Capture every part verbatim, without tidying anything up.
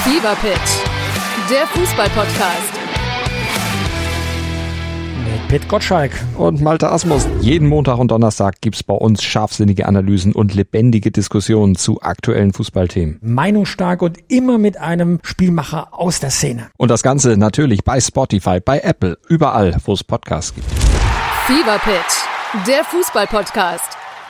Fever Pitch, der Fußball-Podcast. Mit Pit Gottschalk und Malte Asmus. Jeden Montag und Donnerstag gibt's bei uns scharfsinnige Analysen und lebendige Diskussionen zu aktuellen Fußballthemen. Meinungsstark und immer mit einem Spielmacher aus der Szene. Und das Ganze natürlich bei Spotify, bei Apple, überall, wo es Podcasts gibt. Fever Pitch, der Fußball-Podcast.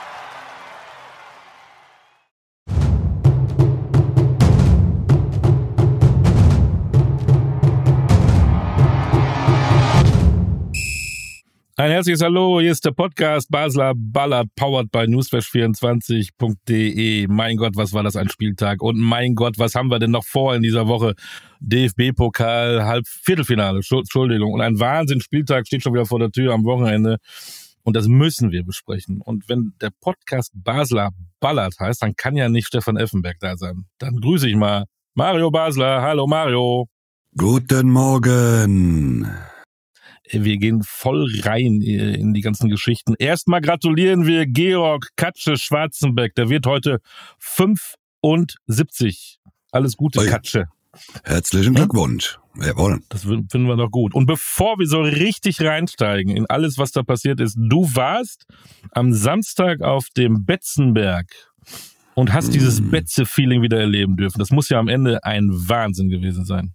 Ein herzliches Hallo, hier ist der Podcast Basler Ballert, powered by newsflash vierundzwanzig punkt de. Mein Gott, was war das ein Spieltag und mein Gott, was haben wir denn noch vor in dieser Woche? D F B-Pokal, Halb Viertelfinale, Entschuldigung, und ein Wahnsinnsspieltag steht schon wieder vor der Tür am Wochenende und das müssen wir besprechen. Und wenn der Podcast Basler Ballert heißt, dann kann ja nicht Stefan Effenberg da sein. Dann grüße ich mal Mario Basler. Hallo Mario. Guten Morgen. Wir gehen voll rein in die ganzen Geschichten. Erstmal gratulieren wir Georg Katsche Schwarzenbeck. Der wird heute fünfundsiebzig. Alles Gute, Oi. Katsche. Herzlichen Glückwunsch. Jawohl. Das finden wir doch gut. Und bevor wir so richtig reinsteigen in alles, was da passiert ist, du warst am Samstag auf dem Betzenberg und hast mm. dieses Betze-Feeling wieder erleben dürfen. Das muss ja am Ende ein Wahnsinn gewesen sein.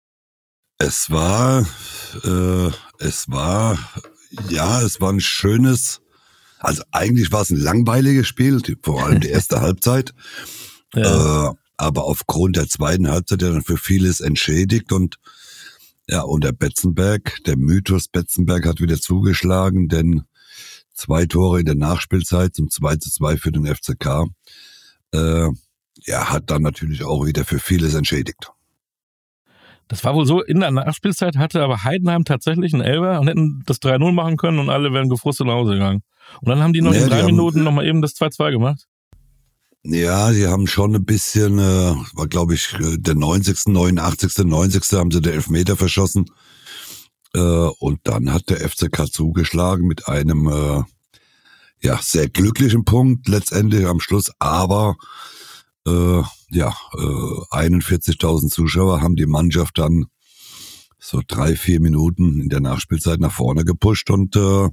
Es war, äh, es war, ja, es war ein schönes, also eigentlich war es ein langweiliges Spiel, vor allem die erste Halbzeit, ja. äh, aber aufgrund der zweiten Halbzeit ja dann für vieles entschädigt und ja, und der Betzenberg, der Mythos Betzenberg hat wieder zugeschlagen, denn zwei Tore in der Nachspielzeit zum zwei zu zwei für den F C K, äh, ja, hat dann natürlich auch wieder für vieles entschädigt. Das war wohl so, in der Nachspielzeit hatte aber Heidenheim tatsächlich einen Elfer und hätten das drei null machen können und alle wären gefrustet nach Hause gegangen. Und dann haben die noch nee, in drei Minuten nochmal eben das zwei zwei gemacht. Ja, die haben schon ein bisschen, äh, war glaube ich der neunzigste, neunundachtzigste, neunzigste haben sie den Elfmeter verschossen. Äh, und dann hat der F C K zugeschlagen mit einem äh, ja sehr glücklichen Punkt letztendlich am Schluss, aber äh, ja, äh, einundvierzigtausend Zuschauer haben die Mannschaft dann so drei, vier Minuten in der Nachspielzeit nach vorne gepusht und äh,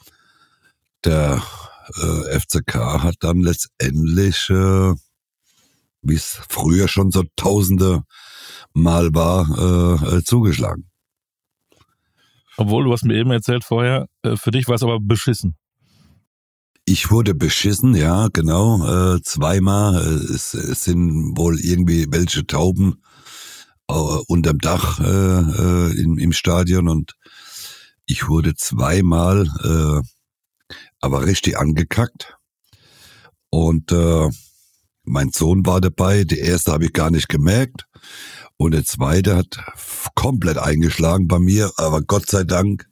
der äh, F C K hat dann letztendlich, äh, wie es früher schon so tausende Mal war, äh, zugeschlagen. Obwohl, du hast mir eben erzählt vorher, äh, für dich war es aber beschissen. Ich wurde beschissen, ja, genau, äh, zweimal. Es, es sind wohl irgendwie welche Tauben äh, unterm Dach äh, äh, im, im Stadion und ich wurde zweimal, äh, aber richtig angekackt. Und äh, mein Sohn war dabei. Die erste habe ich gar nicht gemerkt und der zweite hat komplett eingeschlagen bei mir, aber Gott sei Dank.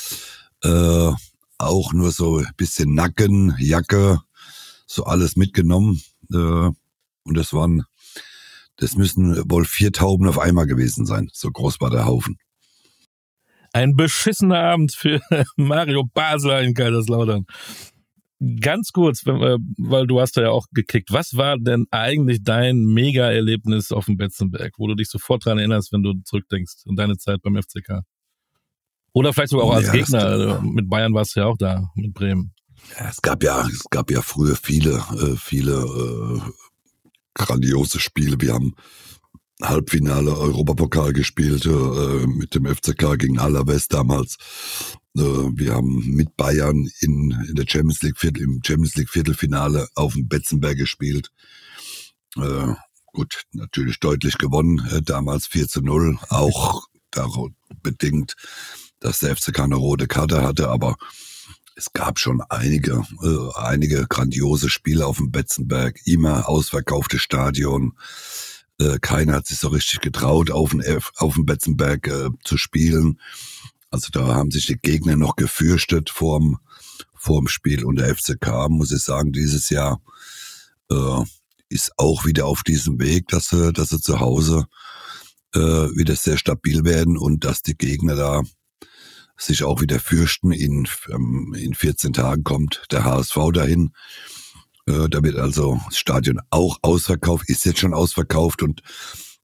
Äh, auch nur so ein bisschen Nacken, Jacke, so alles mitgenommen. Äh, und das waren, das müssen wohl vier Tauben auf einmal gewesen sein. So groß war der Haufen. Ein beschissener Abend für Mario Basler in Kaiserslautern. Ganz kurz, weil du hast da ja auch gekickt. Was war denn eigentlich dein Mega-Erlebnis auf dem Betzenberg, wo du dich sofort dran erinnerst, wenn du zurückdenkst an deine Zeit beim F C K? Oder vielleicht sogar auch als ja, Gegner. Also mit Bayern warst du ja auch da, mit Bremen. Ja, es gab ja, es gab ja früher viele, äh, viele äh, grandiose Spiele. Wir haben Halbfinale Europapokal gespielt äh, mit dem F C K gegen Alaves damals. Äh, wir haben mit Bayern in, in der Champions League Viertel, im Champions League Viertelfinale auf dem Betzenberg gespielt. Äh, gut, natürlich deutlich gewonnen, äh, damals vier zu null, auch darauf bedingt, dass der F C K eine rote Karte hatte, aber es gab schon einige, äh, einige grandiose Spiele auf dem Betzenberg, immer ausverkauftes Stadion. Äh, keiner hat sich so richtig getraut, auf dem, F- auf dem Betzenberg äh, zu spielen. Also da haben sich die Gegner noch gefürchtet vorm, vorm Spiel. Und der F C K, muss ich sagen, dieses Jahr äh, ist auch wieder auf diesem Weg, dass sie, dass sie zu Hause äh, wieder sehr stabil werden und dass die Gegner da sich auch wieder fürchten. In, ähm, in vierzehn Tagen kommt der H S V dahin. Äh, da wird also das Stadion auch ausverkauft, ist jetzt schon ausverkauft und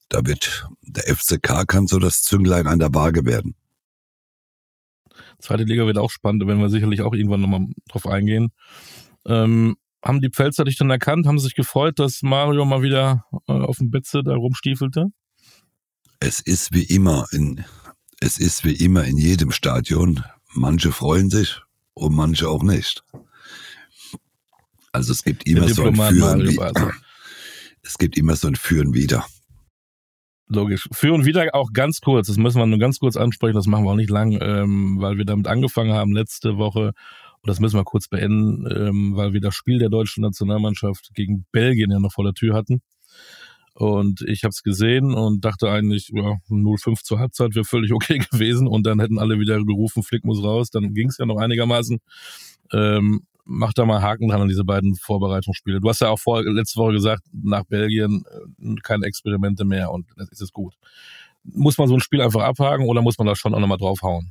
da wird der F C K kann so das Zünglein an der Waage werden. Zweite Liga wird auch spannend, da werden wir sicherlich auch irgendwann nochmal drauf eingehen. Ähm, haben die Pfälzer dich dann erkannt? Haben sie sich gefreut, dass Mario mal wieder äh, auf dem Betze da rumstiefelte? Es ist wie immer in, es ist wie immer in jedem Stadion. Manche freuen sich und manche auch nicht. Also es gibt immer so ein Führen wie, es gibt immer so ein Führen wieder. Logisch. Für und wieder auch ganz kurz, das müssen wir nur ganz kurz ansprechen, das machen wir auch nicht lang, ähm, weil wir damit angefangen haben letzte Woche. Und das müssen wir kurz beenden, ähm, weil wir das Spiel der deutschen Nationalmannschaft gegen Belgien ja noch vor der Tür hatten. Und ich habe es gesehen und dachte eigentlich, ja, null fünf zur Halbzeit wäre völlig okay gewesen. Und dann hätten alle wieder gerufen, Flick muss raus. Dann ging es ja noch einigermaßen. Ähm, mach da mal Haken dran an diese beiden Vorbereitungsspiele. Du hast ja auch vor, letzte Woche gesagt, nach Belgien äh, keine Experimente mehr und das ist es gut. Muss man so ein Spiel einfach abhaken oder muss man da schon auch nochmal draufhauen?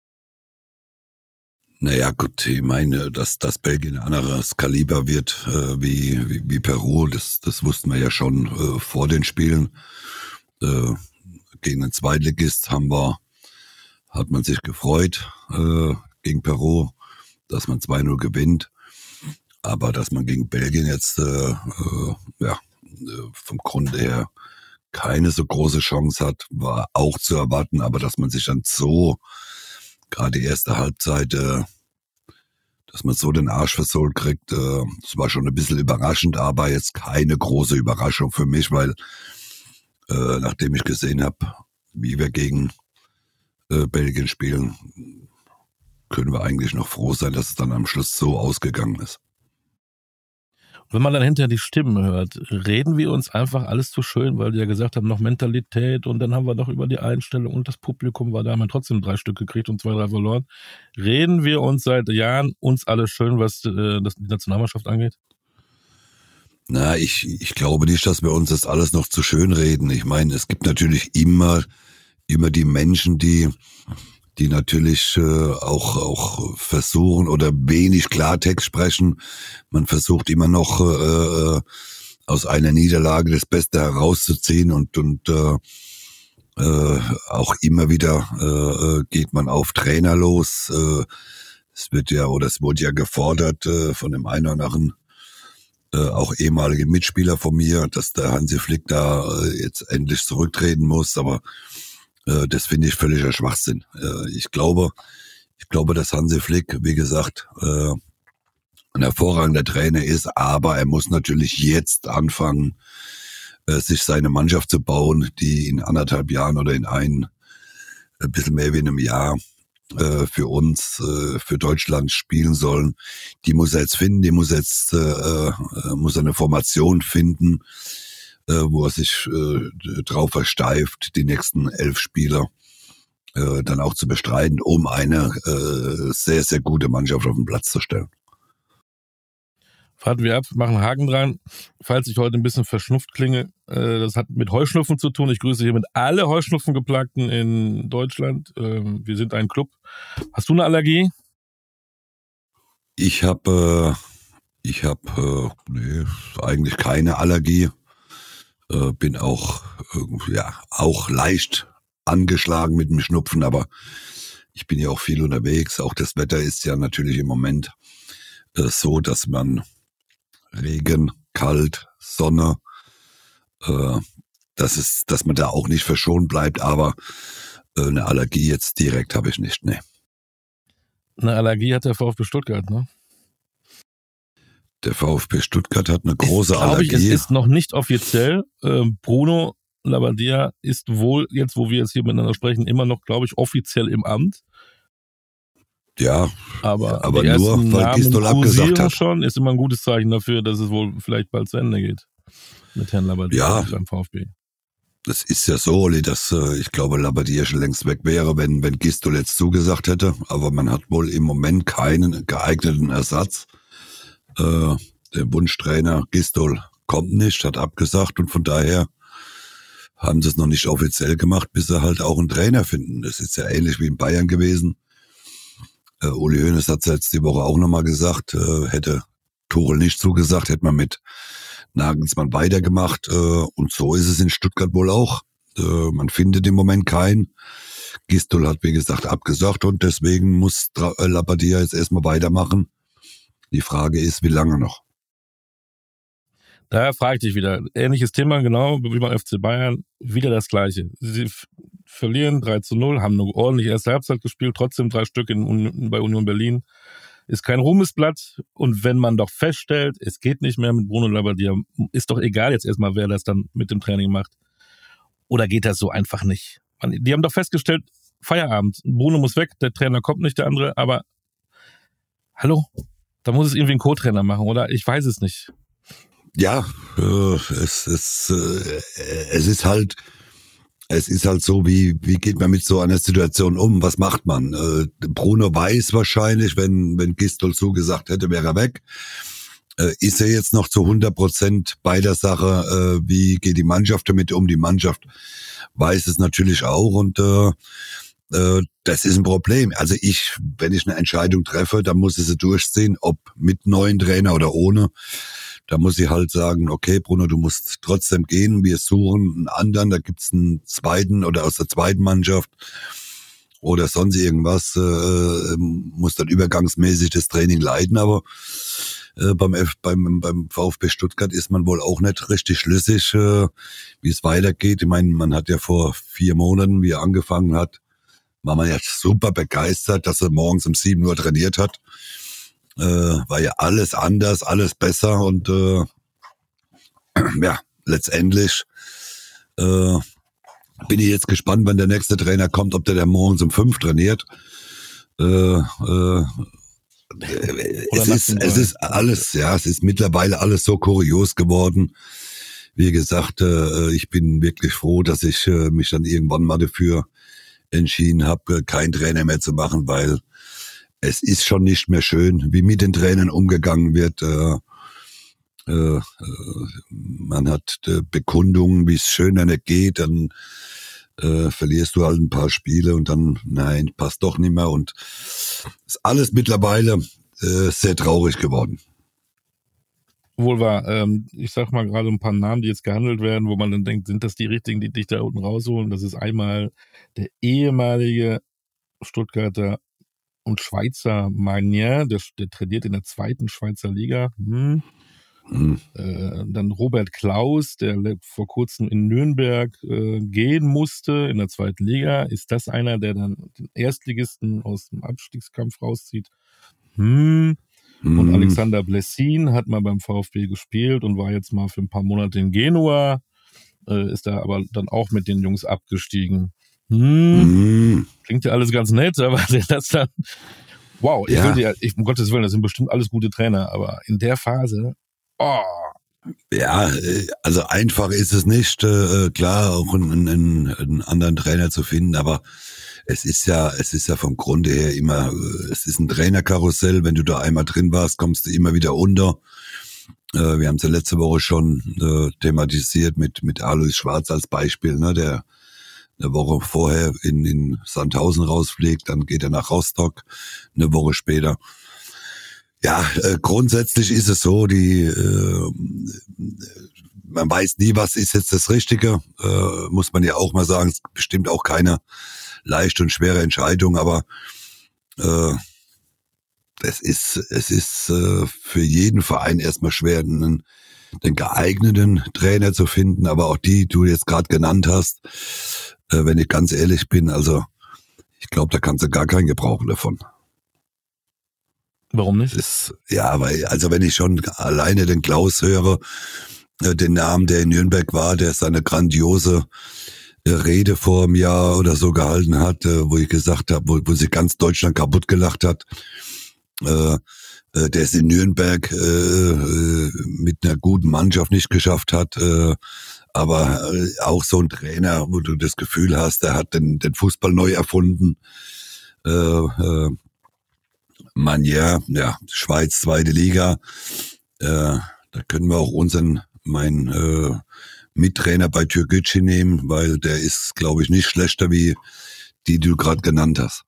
Naja gut, ich meine, dass, dass Belgien ein anderes Kaliber wird äh, wie, wie, wie Peru, das, das wussten wir ja schon äh, vor den Spielen. Äh, gegen den Zweitligist haben wir, hat man sich gefreut äh, gegen Peru, dass man zwei null gewinnt, aber dass man gegen Belgien jetzt äh, äh, ja vom Grunde her keine so große Chance hat, war auch zu erwarten, aber dass man sich dann so, gerade die erste Halbzeit, äh, dass man so den Arsch versohlt kriegt, äh, das war schon ein bisschen überraschend, aber jetzt keine große Überraschung für mich, weil äh, nachdem ich gesehen habe, wie wir gegen äh, Belgien spielen, können wir eigentlich noch froh sein, dass es dann am Schluss so ausgegangen ist. Wenn man dann hinterher die Stimmen hört, reden wir uns einfach alles zu schön, weil die ja gesagt haben, noch Mentalität und dann haben wir noch über die Einstellung und das Publikum war da, haben wir trotzdem drei Stück gekriegt und zwei, drei verloren. Reden wir uns seit Jahren uns alles schön, was äh, das, die Nationalmannschaft angeht? Na, ich, ich glaube nicht, dass wir uns das alles noch zu schön reden. Ich meine, es gibt natürlich immer, immer die Menschen, die die natürlich äh, auch auch versuchen oder wenig Klartext sprechen. Man versucht immer noch äh, aus einer Niederlage das Beste herauszuziehen und und äh, äh, auch immer wieder äh, geht man auf Trainer los. Äh, es wird ja oder es wurde ja gefordert äh, von dem einen oder anderen äh, auch ehemalige Mitspieler von mir, dass der Hansi Flick da äh, jetzt endlich zurücktreten muss, aber das finde ich völliger Schwachsinn. Ich glaube, ich glaube, dass Hansi Flick, wie gesagt, ein hervorragender Trainer ist, aber er muss natürlich jetzt anfangen, sich seine Mannschaft zu bauen, die in anderthalb Jahren oder in ein, ein bisschen mehr wie einem Jahr für uns, für Deutschland spielen sollen. Die muss er jetzt finden, die muss jetzt, muss eine Formation finden, wo er sich äh, drauf versteift, die nächsten elf Spieler äh, dann auch zu bestreiten, um eine äh, sehr, sehr gute Mannschaft auf den Platz zu stellen. Warten wir ab, machen einen Haken dran. Falls ich heute ein bisschen verschnupft klinge, äh, das hat mit Heuschnupfen zu tun. Ich grüße hiermit alle Heuschnupfengeplagten in Deutschland. Äh, wir sind ein Club. Hast du eine Allergie? Ich habe äh, ich habe äh, nee, eigentlich keine Allergie. Bin auch ja auch leicht angeschlagen mit dem Schnupfen, aber ich bin ja auch viel unterwegs. Auch das Wetter ist ja natürlich im Moment äh, so, dass man Regen, kalt, Sonne, äh, das ist, dass man da auch nicht verschont bleibt. Aber äh, eine Allergie jetzt direkt habe ich nicht. Nee. Eine Allergie hat der VfB Stuttgart, ne? Der VfB Stuttgart hat eine große ist, Allergie. Ich, es ist noch nicht offiziell. Ähm, Bruno Labbadia ist wohl, jetzt wo wir jetzt hier miteinander sprechen, immer noch, glaube ich, offiziell im Amt. Ja, aber, aber nur, weil Gistol abgesagt hat. Schon, ist immer ein gutes Zeichen dafür, dass es wohl vielleicht bald zu Ende geht mit Herrn Labbadia beim VfB. Das ist ja so, Olli, dass äh, ich glaube, Labbadia schon längst weg wäre, wenn, wenn Gistol jetzt zugesagt hätte. Aber man hat wohl im Moment keinen geeigneten Ersatz. Äh, der Wunschtrainer Gistol kommt nicht, hat abgesagt und von daher haben sie es noch nicht offiziell gemacht, bis sie halt auch einen Trainer finden. Das ist ja ähnlich wie in Bayern gewesen. Äh, Uli Hoeneß hat es jetzt die Woche auch nochmal gesagt, äh, hätte Tuchel nicht zugesagt, hätte man mit Nagelsmann weitergemacht. Äh, und so ist es in Stuttgart wohl auch. Äh, man findet im Moment keinen. Gistol hat, wie gesagt, abgesagt und deswegen muss Labbadia jetzt erstmal weitermachen. Die Frage ist, wie lange noch? Da frage ich dich wieder. Ähnliches Thema, genau, wie beim F C Bayern. Wieder das Gleiche. Sie f- verlieren drei zu null, haben eine ordentliche erste Halbzeit gespielt, trotzdem drei Stück in Union, bei Union Berlin. Ist kein Ruhmesblatt. Und wenn man doch feststellt, es geht nicht mehr mit Bruno Labbadia, ist doch egal jetzt erstmal, wer das dann mit dem Training macht. Oder geht das so einfach nicht? Man, die haben doch festgestellt, Feierabend. Bruno muss weg, der Trainer kommt nicht, der andere. Aber hallo, da muss es irgendwie ein Co-Trainer machen, oder? Ich weiß es nicht. Ja, äh, es, es, äh, es ist halt, es ist halt so, wie, wie geht man mit so einer Situation um? Was macht man? Äh, Bruno weiß wahrscheinlich, wenn, wenn Gistol zugesagt hätte, wäre er weg. Äh, ist er jetzt noch zu hundert Prozent bei der Sache? Äh, wie geht die Mannschaft damit um? Die Mannschaft weiß es natürlich auch und, äh, äh, das ist ein Problem. Also ich, wenn ich eine Entscheidung treffe, dann muss ich sie durchziehen, ob mit neuen Trainer oder ohne. Da muss ich halt sagen, okay, Bruno, du musst trotzdem gehen. Wir suchen einen anderen. Da gibt's einen zweiten oder aus der zweiten Mannschaft oder sonst irgendwas. Äh, muss dann übergangsmäßig das Training leiten. Aber äh, beim, F, beim, beim VfB Stuttgart ist man wohl auch nicht richtig schlüssig, äh, wie es weitergeht. Ich meine, man hat ja vor vier Monaten, wie er angefangen hat, war man ja super begeistert, dass er morgens um sieben Uhr trainiert hat. Äh, war ja alles anders, alles besser und äh, ja, letztendlich äh, bin ich jetzt gespannt, wenn der nächste Trainer kommt, ob der dann morgens um fünf trainiert. Äh, äh, es ist, es ist alles, ja, es ist mittlerweile alles so kurios geworden. Wie gesagt, äh, ich bin wirklich froh, dass ich äh, mich dann irgendwann mal dafür entschieden habe, keinen Trainer mehr zu machen, weil es ist schon nicht mehr schön, wie mit den Trainern umgegangen wird. Äh, äh, man hat äh, Bekundungen, wie es schöner nicht geht, dann äh, verlierst du halt ein paar Spiele und dann, nein, passt doch nicht mehr. Und ist alles mittlerweile äh, sehr traurig geworden. Wohl wahr. Ähm, ich sag mal gerade ein paar Namen, die jetzt gehandelt werden, wo man dann denkt, sind das die richtigen, die dich da unten rausholen? Das ist einmal der ehemalige Stuttgarter und Schweizer Magnier, der, der trainiert in der zweiten Schweizer Liga. Hm. Hm. Äh, dann Robert Klaus, der vor kurzem in Nürnberg äh, gehen musste in der zweiten Liga. Ist das einer, der dann den Erstligisten aus dem Abstiegskampf rauszieht? Hm. Hm. Und Alexander Blessin hat mal beim VfB gespielt und war jetzt mal für ein paar Monate in Genua, äh, ist da aber dann auch mit den Jungs abgestiegen. Hm. Mm. Klingt ja alles ganz nett, aber das dann, wow, ich ja. will dir, ich, um Gottes Willen, das sind bestimmt alles gute Trainer, aber in der Phase, oh. Ja, also einfach ist es nicht, äh, klar, auch einen, einen, einen anderen Trainer zu finden, aber es ist ja, es ist ja vom Grunde her immer, es ist ein Trainerkarussell, wenn du da einmal drin warst, kommst du immer wieder unter. Äh, wir haben es ja letzte Woche schon äh, thematisiert mit, mit Alois Schwarz als Beispiel, ne, der eine Woche vorher in, in Sandhausen rausfliegt, dann geht er nach Rostock, eine Woche später. Ja, äh, grundsätzlich ist es so, die äh, man weiß nie, was ist jetzt das Richtige, äh, muss man ja auch mal sagen, es ist bestimmt auch keine leichte und schwere Entscheidung, aber äh, es ist es ist äh, für jeden Verein erstmal schwer, einen, den geeigneten Trainer zu finden, aber auch die, die du jetzt gerade genannt hast, äh, wenn ich ganz ehrlich bin, also ich glaube, da kannst du gar keinen gebrauchen davon. Warum nicht? Das, ja, weil, also wenn ich schon alleine den Klaus höre, äh, den Namen, der in Nürnberg war, der seine grandiose äh, Rede vor einem Jahr oder so gehalten hat, äh, wo ich gesagt habe, wo, wo sich ganz Deutschland kaputt gelacht hat, äh, äh, der es in Nürnberg äh, äh, mit einer guten Mannschaft nicht geschafft hat, äh, aber äh, auch so ein Trainer, wo du das Gefühl hast, der hat den, den Fußball neu erfunden, äh, äh, Magnier, ja, Schweiz, zweite Liga. Äh, da können wir auch unseren, meinen äh, Mittrainer bei Türkgücü nehmen, weil der ist, glaube ich, nicht schlechter wie die, die du gerade genannt hast.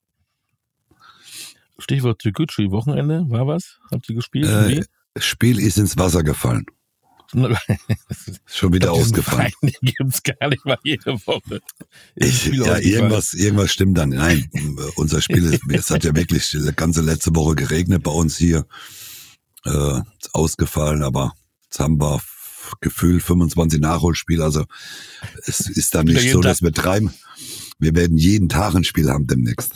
Stichwort Türkgücü, Wochenende, war was? Habt ihr gespielt? Äh, das Spiel ist ins Wasser gefallen. Schon wieder ausgefallen. Die gibt's gar nicht mal jede Woche. Ich, ja, irgendwas, irgendwas stimmt dann. Nein, unser Spiel ist, es hat ja wirklich die ganze letzte Woche geregnet bei uns hier. Äh, ist ausgefallen, aber jetzt haben wir gefühlt fünfundzwanzig Nachholspiele. Also es ist dann nicht so, dass wir treiben. Wir werden jeden Tag ein Spiel haben demnächst.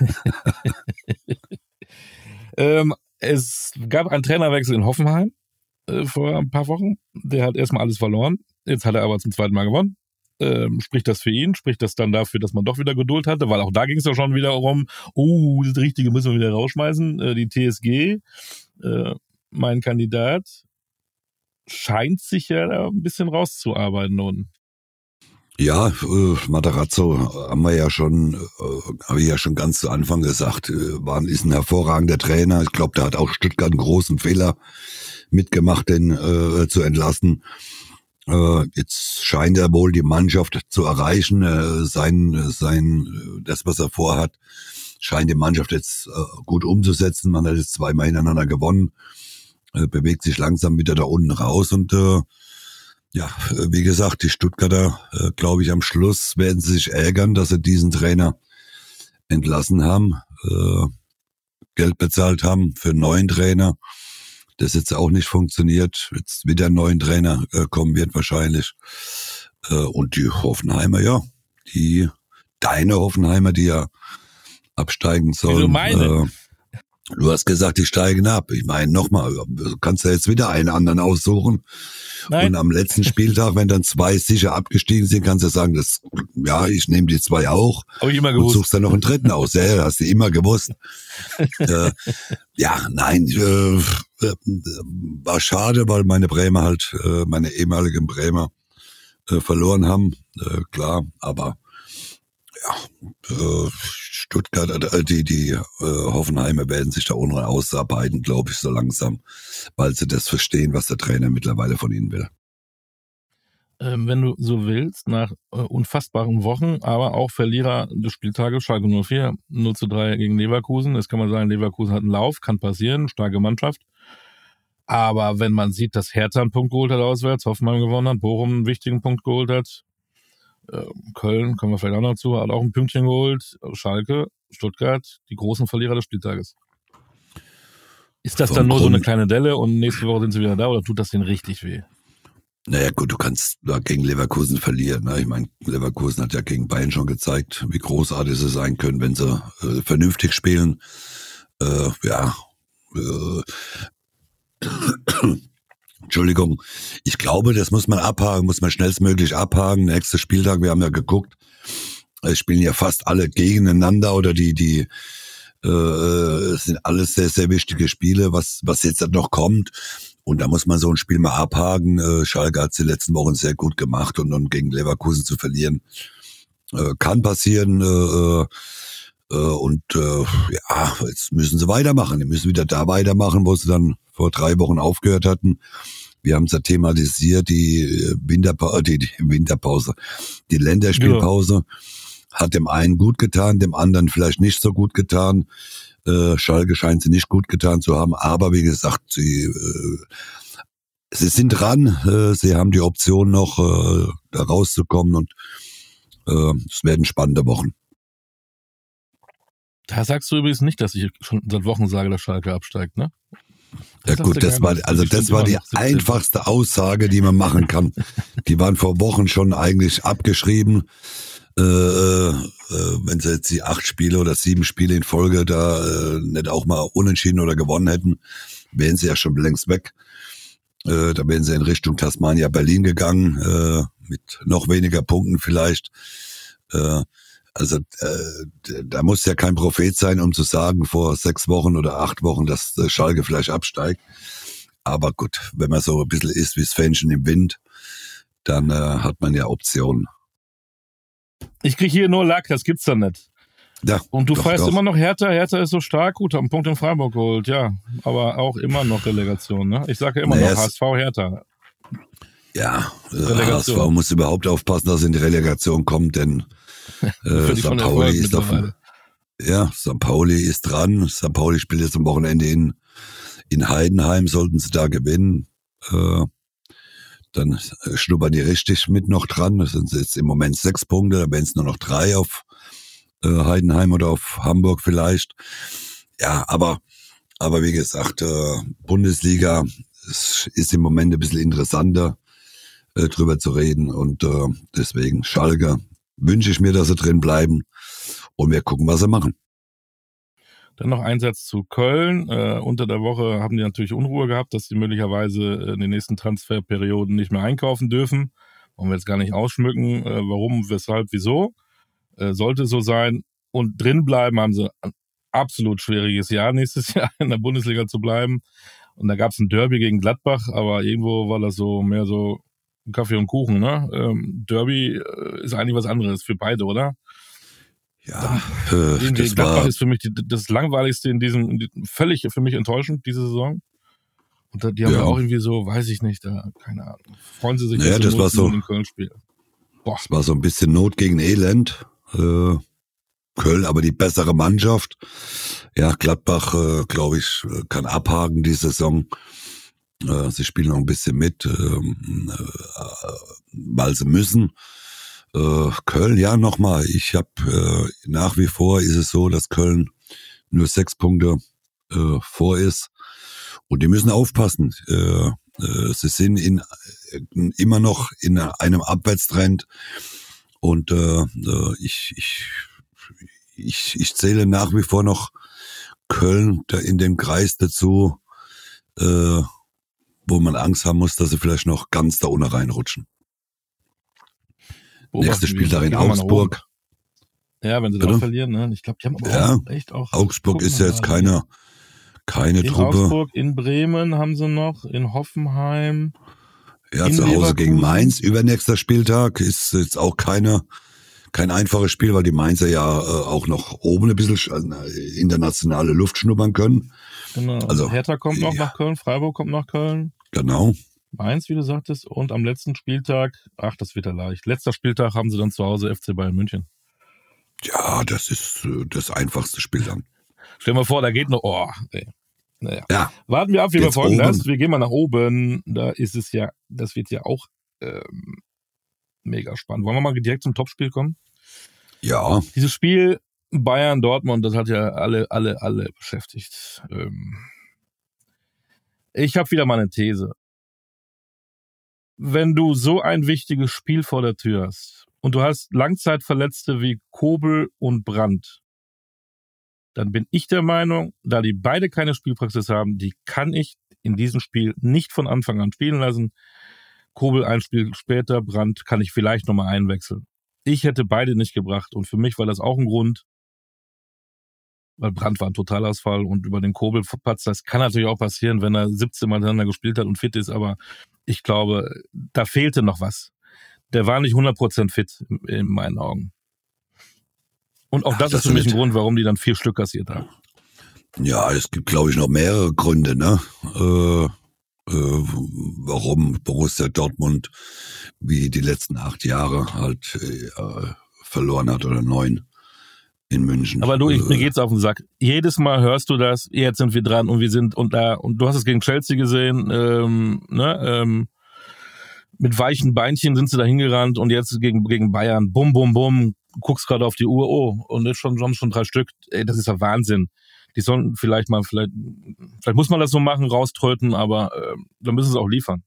ähm, es gab einen Trainerwechsel in Hoffenheim äh, vor ein paar Wochen. Der hat erstmal alles verloren. Jetzt hat er aber zum zweiten Mal gewonnen. Ähm, spricht das für ihn? Spricht das dann dafür, dass man doch wieder Geduld hatte? Weil auch da ging es ja schon wieder um, oh, das Richtige müssen wir wieder rausschmeißen. Äh, die T S G, äh, mein Kandidat, scheint sich ja da ein bisschen rauszuarbeiten nun. Ja, äh, Matarazzo haben wir ja schon, äh, habe ich ja schon ganz zu Anfang gesagt, äh, war, ist ein hervorragender Trainer. Ich glaube, der hat auch Stuttgart einen großen Fehler mitgemacht, den äh, zu entlassen. Äh, jetzt scheint er wohl die Mannschaft zu erreichen. Äh, sein, sein, das, was er vorhat, scheint die Mannschaft jetzt äh, gut umzusetzen. Man hat jetzt zweimal hintereinander gewonnen, äh, bewegt sich langsam wieder da unten raus und äh, ja, wie gesagt, die Stuttgarter, äh, glaube ich, am Schluss werden sie sich ärgern, dass sie diesen Trainer entlassen haben, äh, Geld bezahlt haben für einen neuen Trainer, das jetzt auch nicht funktioniert, jetzt wieder ein neuer Trainer äh, kommen wird wahrscheinlich. Äh, und die Hoffenheimer, ja, die, deine Hoffenheimer, die ja absteigen sollen. Wieso meine? Äh, Du hast gesagt, die steigen ab. Ich meine, nochmal, du kannst ja jetzt wieder einen anderen aussuchen. Nein. Und am letzten Spieltag, wenn dann zwei sicher abgestiegen sind, kannst du sagen, das, ja, ich nehme die zwei auch. Hab ich immer gewusst. Und suchst dann noch einen dritten aus. Ja, hast du immer gewusst. äh, ja, nein, äh, war schade, weil meine Bremer halt, äh, meine ehemaligen Bremer äh, verloren haben. Äh, klar, aber ja, äh, Stuttgart, äh, die, die äh, Hoffenheimer werden sich da unten ausarbeiten, glaube ich, so langsam, weil sie das verstehen, was der Trainer mittlerweile von ihnen will. Ähm, wenn du so willst, nach äh, unfassbaren Wochen, aber auch Verlierer des Spieltages, Schalke null vier, null zu drei gegen Leverkusen. Jetzt kann man sagen, Leverkusen hat einen Lauf, kann passieren, starke Mannschaft. Aber wenn man sieht, dass Hertha einen Punkt geholt hat auswärts, Hoffenheim gewonnen hat, Bochum einen wichtigen Punkt geholt hat, Köln, kommen wir vielleicht auch noch zu, hat auch ein Pünktchen geholt. Schalke, Stuttgart, die großen Verlierer des Spieltages. Ist das Vom dann nur Grund, so eine kleine Delle und nächste Woche sind sie wieder da oder tut das denen richtig weh? Naja gut, du kannst gegen Leverkusen verlieren. Ne? Ich meine, Leverkusen hat ja gegen Bayern schon gezeigt, wie großartig sie sein können, wenn sie äh, vernünftig spielen. Äh, ja, äh, Entschuldigung, ich glaube, das muss man abhaken, muss man schnellstmöglich abhaken. Nächster Spieltag, wir haben ja geguckt, es spielen ja fast alle gegeneinander oder die, die, äh, es sind alles sehr, sehr wichtige Spiele, was, was jetzt noch kommt. Und da muss man so ein Spiel mal abhaken. Äh, Schalke hat es die letzten Wochen sehr gut gemacht und, und gegen Leverkusen zu verlieren, äh, kann passieren. Äh, äh, und äh, ja, jetzt müssen sie weitermachen. Die müssen wieder da weitermachen, wo sie dann vor drei Wochen aufgehört hatten. Wir haben es ja thematisiert, die Winterpause, die, die Winterpause, die Länderspielpause ja. Hat dem einen gut getan, dem anderen vielleicht nicht so gut getan. Äh, Schalke scheint sie nicht gut getan zu haben, aber wie gesagt, sie, äh, sie sind dran, äh, sie haben die Option noch, äh, da rauszukommen und äh, es werden spannende Wochen. Da sagst du übrigens nicht, dass ich schon seit Wochen sage, dass Schalke absteigt, ne? Ja gut, das war, also das war die einfachste Aussage, die man machen kann. Die waren vor Wochen schon eigentlich abgeschrieben. Äh, äh, wenn sie jetzt die acht Spiele oder sieben Spiele in Folge da äh, nicht auch mal unentschieden oder gewonnen hätten, wären sie ja schon längst weg. Äh, da wären sie in Richtung Tasmania Berlin gegangen, äh, mit noch weniger Punkten vielleicht. Äh, Also äh, da muss ja kein Prophet sein, um zu sagen, vor sechs Wochen oder acht Wochen, dass äh, Schalke vielleicht absteigt. Aber gut, wenn man so ein bisschen ist wie das Fähnchen im Wind, dann äh, hat man ja Optionen. Ich krieg hier nur Lack, das gibt's doch nicht. Ja, und du doch, feierst doch. immer noch Hertha, Hertha ist so stark, gut, haben einen Punkt in Freiburg geholt, ja. Aber auch immer noch Relegation, ne? Ich sage ja immer naja, noch H S V Hertha. Ja, äh, H S V muss überhaupt aufpassen, dass er in die Relegation kommt, denn Äh, Sankt Pauli ist auf, ja, Sankt Pauli ist dran. Sankt Pauli spielt jetzt am Wochenende in, in Heidenheim, sollten sie da gewinnen. Äh, dann schnuppern die richtig mit noch dran. Das sind jetzt im Moment sechs Punkte, da wären es nur noch drei auf äh, Heidenheim oder auf Hamburg vielleicht. Ja, aber aber wie gesagt, äh, Bundesliga ist, ist im Moment ein bisschen interessanter, äh, drüber zu reden. Und äh, deswegen Schalke wünsche ich mir, dass sie drin bleiben. Und wir gucken, was sie machen. Dann noch ein Satz zu Köln. Äh, unter der Woche haben die natürlich Unruhe gehabt, dass sie möglicherweise in den nächsten Transferperioden nicht mehr einkaufen dürfen. Wollen wir jetzt gar nicht ausschmücken, äh, warum, weshalb, wieso. Äh, sollte so sein. Und drin bleiben haben sie ein absolut schwieriges Jahr nächstes Jahr in der Bundesliga zu bleiben. Und da gab es ein Derby gegen Gladbach, aber irgendwo war das so mehr so Kaffee und Kuchen. Ne? Ähm, Derby äh, ist eigentlich was anderes für beide, oder? Ja, äh, das Gladbach war, ist für mich die, das Langweiligste in diesem, in diesem, völlig für mich enttäuschend, diese Saison. Und da, die haben ja. ja auch irgendwie so, weiß ich nicht, da, keine Ahnung. Freuen sie sich ja, das war so, in Köln-Spiel. Boah. Das war so ein bisschen Not gegen Elend. Äh, Köln, aber die bessere Mannschaft. Ja, Gladbach, äh, glaube ich, kann abhaken die Saison. Äh, sie spielen noch ein bisschen mit, äh, äh, weil sie müssen. Äh, Köln, ja, nochmal. Ich habe äh, nach wie vor ist es so, dass Köln nur sechs Punkte äh, vor ist. Und die müssen aufpassen. Äh, äh, sie sind in, in, immer noch in einem Abwärtstrend. Und äh, äh, ich, ich, ich, ich zähle nach wie vor noch Köln da in den Kreis dazu, äh, wo man Angst haben muss, dass sie vielleicht noch ganz da unten reinrutschen. Nächstes Spieltag in Augsburg. Ja, wenn sie da verlieren, ne? Ich glaube, die haben aber ja, auch echt auch. Augsburg ist ja jetzt keine, keine in Truppe. In Augsburg, in Bremen haben sie noch, in Hoffenheim. Ja, zu Hause gegen Mainz. Übernächster Spieltag ist jetzt auch keine, kein einfaches Spiel, weil die Mainzer ja äh, auch noch oben ein bisschen äh, internationale Luft schnuppern können. Genau. Also Hertha kommt noch ja. nach Köln, Freiburg kommt nach Köln. Genau. Mainz, wie du sagtest, und am letzten Spieltag, ach, das wird ja leicht. Letzter Spieltag haben sie dann zu Hause F C Bayern München. Ja, das ist äh, das einfachste Spiel dann. Stell dir mal vor, da geht noch, oh, ey. Naja. Ja. Warten wir ab, wir verfolgen das. Wir gehen mal nach oben. Da ist es ja, das wird ja auch ähm, mega spannend. Wollen wir mal direkt zum Topspiel kommen? Ja. Dieses Spiel Bayern-Dortmund, das hat ja alle, alle, alle beschäftigt. Ähm, ich habe wieder mal eine These. Wenn du so ein wichtiges Spiel vor der Tür hast und du hast Langzeitverletzte wie Kobel und Brandt, dann bin ich der Meinung, da die beide keine Spielpraxis haben, die kann ich in diesem Spiel nicht von Anfang an spielen lassen. Kobel ein Spiel später, Brandt kann ich vielleicht nochmal einwechseln. Ich hätte beide nicht gebracht und für mich war das auch ein Grund, weil Brandt war ein Totalausfall und über den Kobel-Patz, das kann natürlich auch passieren, wenn er siebzehn Mal hintereinander gespielt hat und fit ist, aber ich glaube, da fehlte noch was. Der war nicht hundert Prozent fit in meinen Augen. Und auch das, das ist für mich ein Grund, warum die dann vier Stück kassiert haben. Ja, es gibt, glaube ich, noch mehrere Gründe, ne? Äh, äh, warum Borussia Dortmund wie die letzten acht Jahre halt äh, verloren hat oder neun in München. Aber du, ich, äh, mir geht's auf den Sack. Jedes Mal hörst du das, jetzt sind wir dran und wir sind und da, und du hast es gegen Chelsea gesehen, ähm, ne, ähm, mit weichen Beinchen sind sie da hingerannt und jetzt gegen, gegen Bayern, bum, bum, bum, guckst gerade auf die Uhr, oh, und jetzt schon, schon, schon drei Stück, ey, das ist ja Wahnsinn. Die sollen vielleicht mal, vielleicht, vielleicht muss man das so machen, rauströten, aber äh, dann müssen sie auch liefern.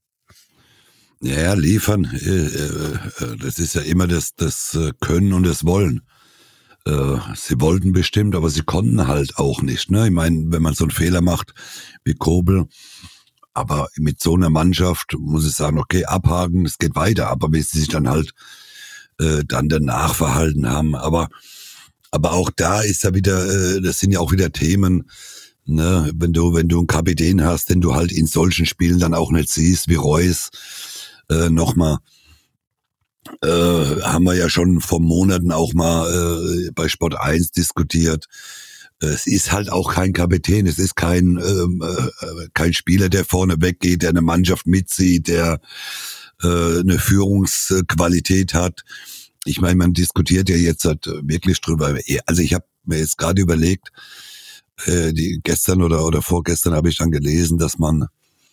Ja, liefern, äh, äh, das ist ja immer das, das Können und das Wollen. Äh, sie wollten bestimmt, aber sie konnten halt auch nicht, ne? Ich meine, wenn man so einen Fehler macht wie Kobel, aber mit so einer Mannschaft muss ich sagen, okay, abhaken, es geht weiter, aber wie sie sich dann halt äh, dann danach verhalten haben, aber aber auch da ist ja wieder, äh, das sind ja auch wieder Themen, ne, wenn du wenn du einen Kapitän hast, den du halt in solchen Spielen dann auch nicht siehst, wie Reus, äh, nochmal, äh, haben wir ja schon vor Monaten auch mal äh, bei Sport eins diskutiert. Es ist halt auch kein Kapitän, es ist kein ähm, äh, kein Spieler, der vorne weggeht, der eine Mannschaft mitzieht, der äh, eine Führungsqualität hat. Ich meine, man diskutiert ja jetzt halt wirklich drüber. Also ich habe mir jetzt gerade überlegt, äh, die gestern oder oder vorgestern habe ich dann gelesen, dass man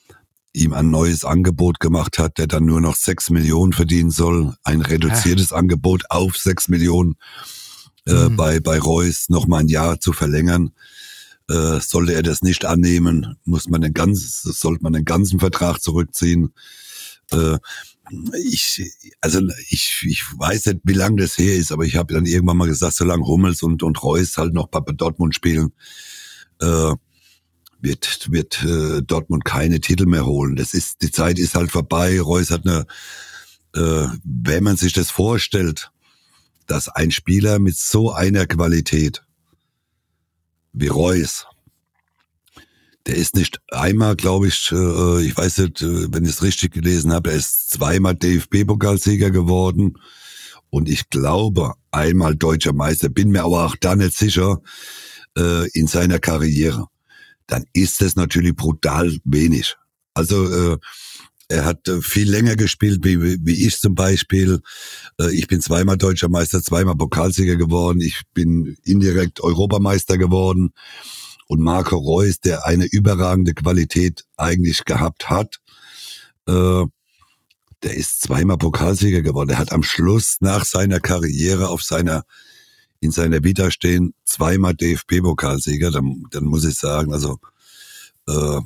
ihm ein neues Angebot gemacht hat, der dann nur noch sechs Millionen verdienen soll, ein reduziertes ah. Angebot auf sechs Millionen äh, mhm. bei bei Reus noch mal ein Jahr zu verlängern. Äh, sollte er das nicht annehmen, muss man den ganzen, sollte man den ganzen Vertrag zurückziehen. Äh, ich, also ich, ich weiß nicht, wie lange das her ist, aber ich habe dann irgendwann mal gesagt, solange Hummels und und Reus halt noch bei Dortmund spielen, äh, wird wird äh, Dortmund keine Titel mehr holen. Das ist, die Zeit ist halt vorbei. Reus hat eine, äh, wenn man sich das vorstellt, dass ein Spieler mit so einer Qualität wie Reus, der ist nicht einmal, glaube ich, äh, ich weiß nicht, äh, wenn ich es richtig gelesen habe, er ist zweimal D F B-Pokalsieger geworden und ich glaube einmal Deutscher Meister, bin mir aber auch da nicht sicher, äh, in seiner Karriere. Dann ist das natürlich brutal wenig. Also äh, er hat äh, viel länger gespielt, wie, wie ich zum Beispiel. Äh, ich bin zweimal Deutscher Meister, zweimal Pokalsieger geworden. Ich bin indirekt Europameister geworden. Und Marco Reus, der eine überragende Qualität eigentlich gehabt hat, äh, der ist zweimal Pokalsieger geworden. Er hat am Schluss nach seiner Karriere auf seiner in seiner Vita stehen, zweimal D F B-Pokalsieger, dann, dann muss ich sagen, also äh,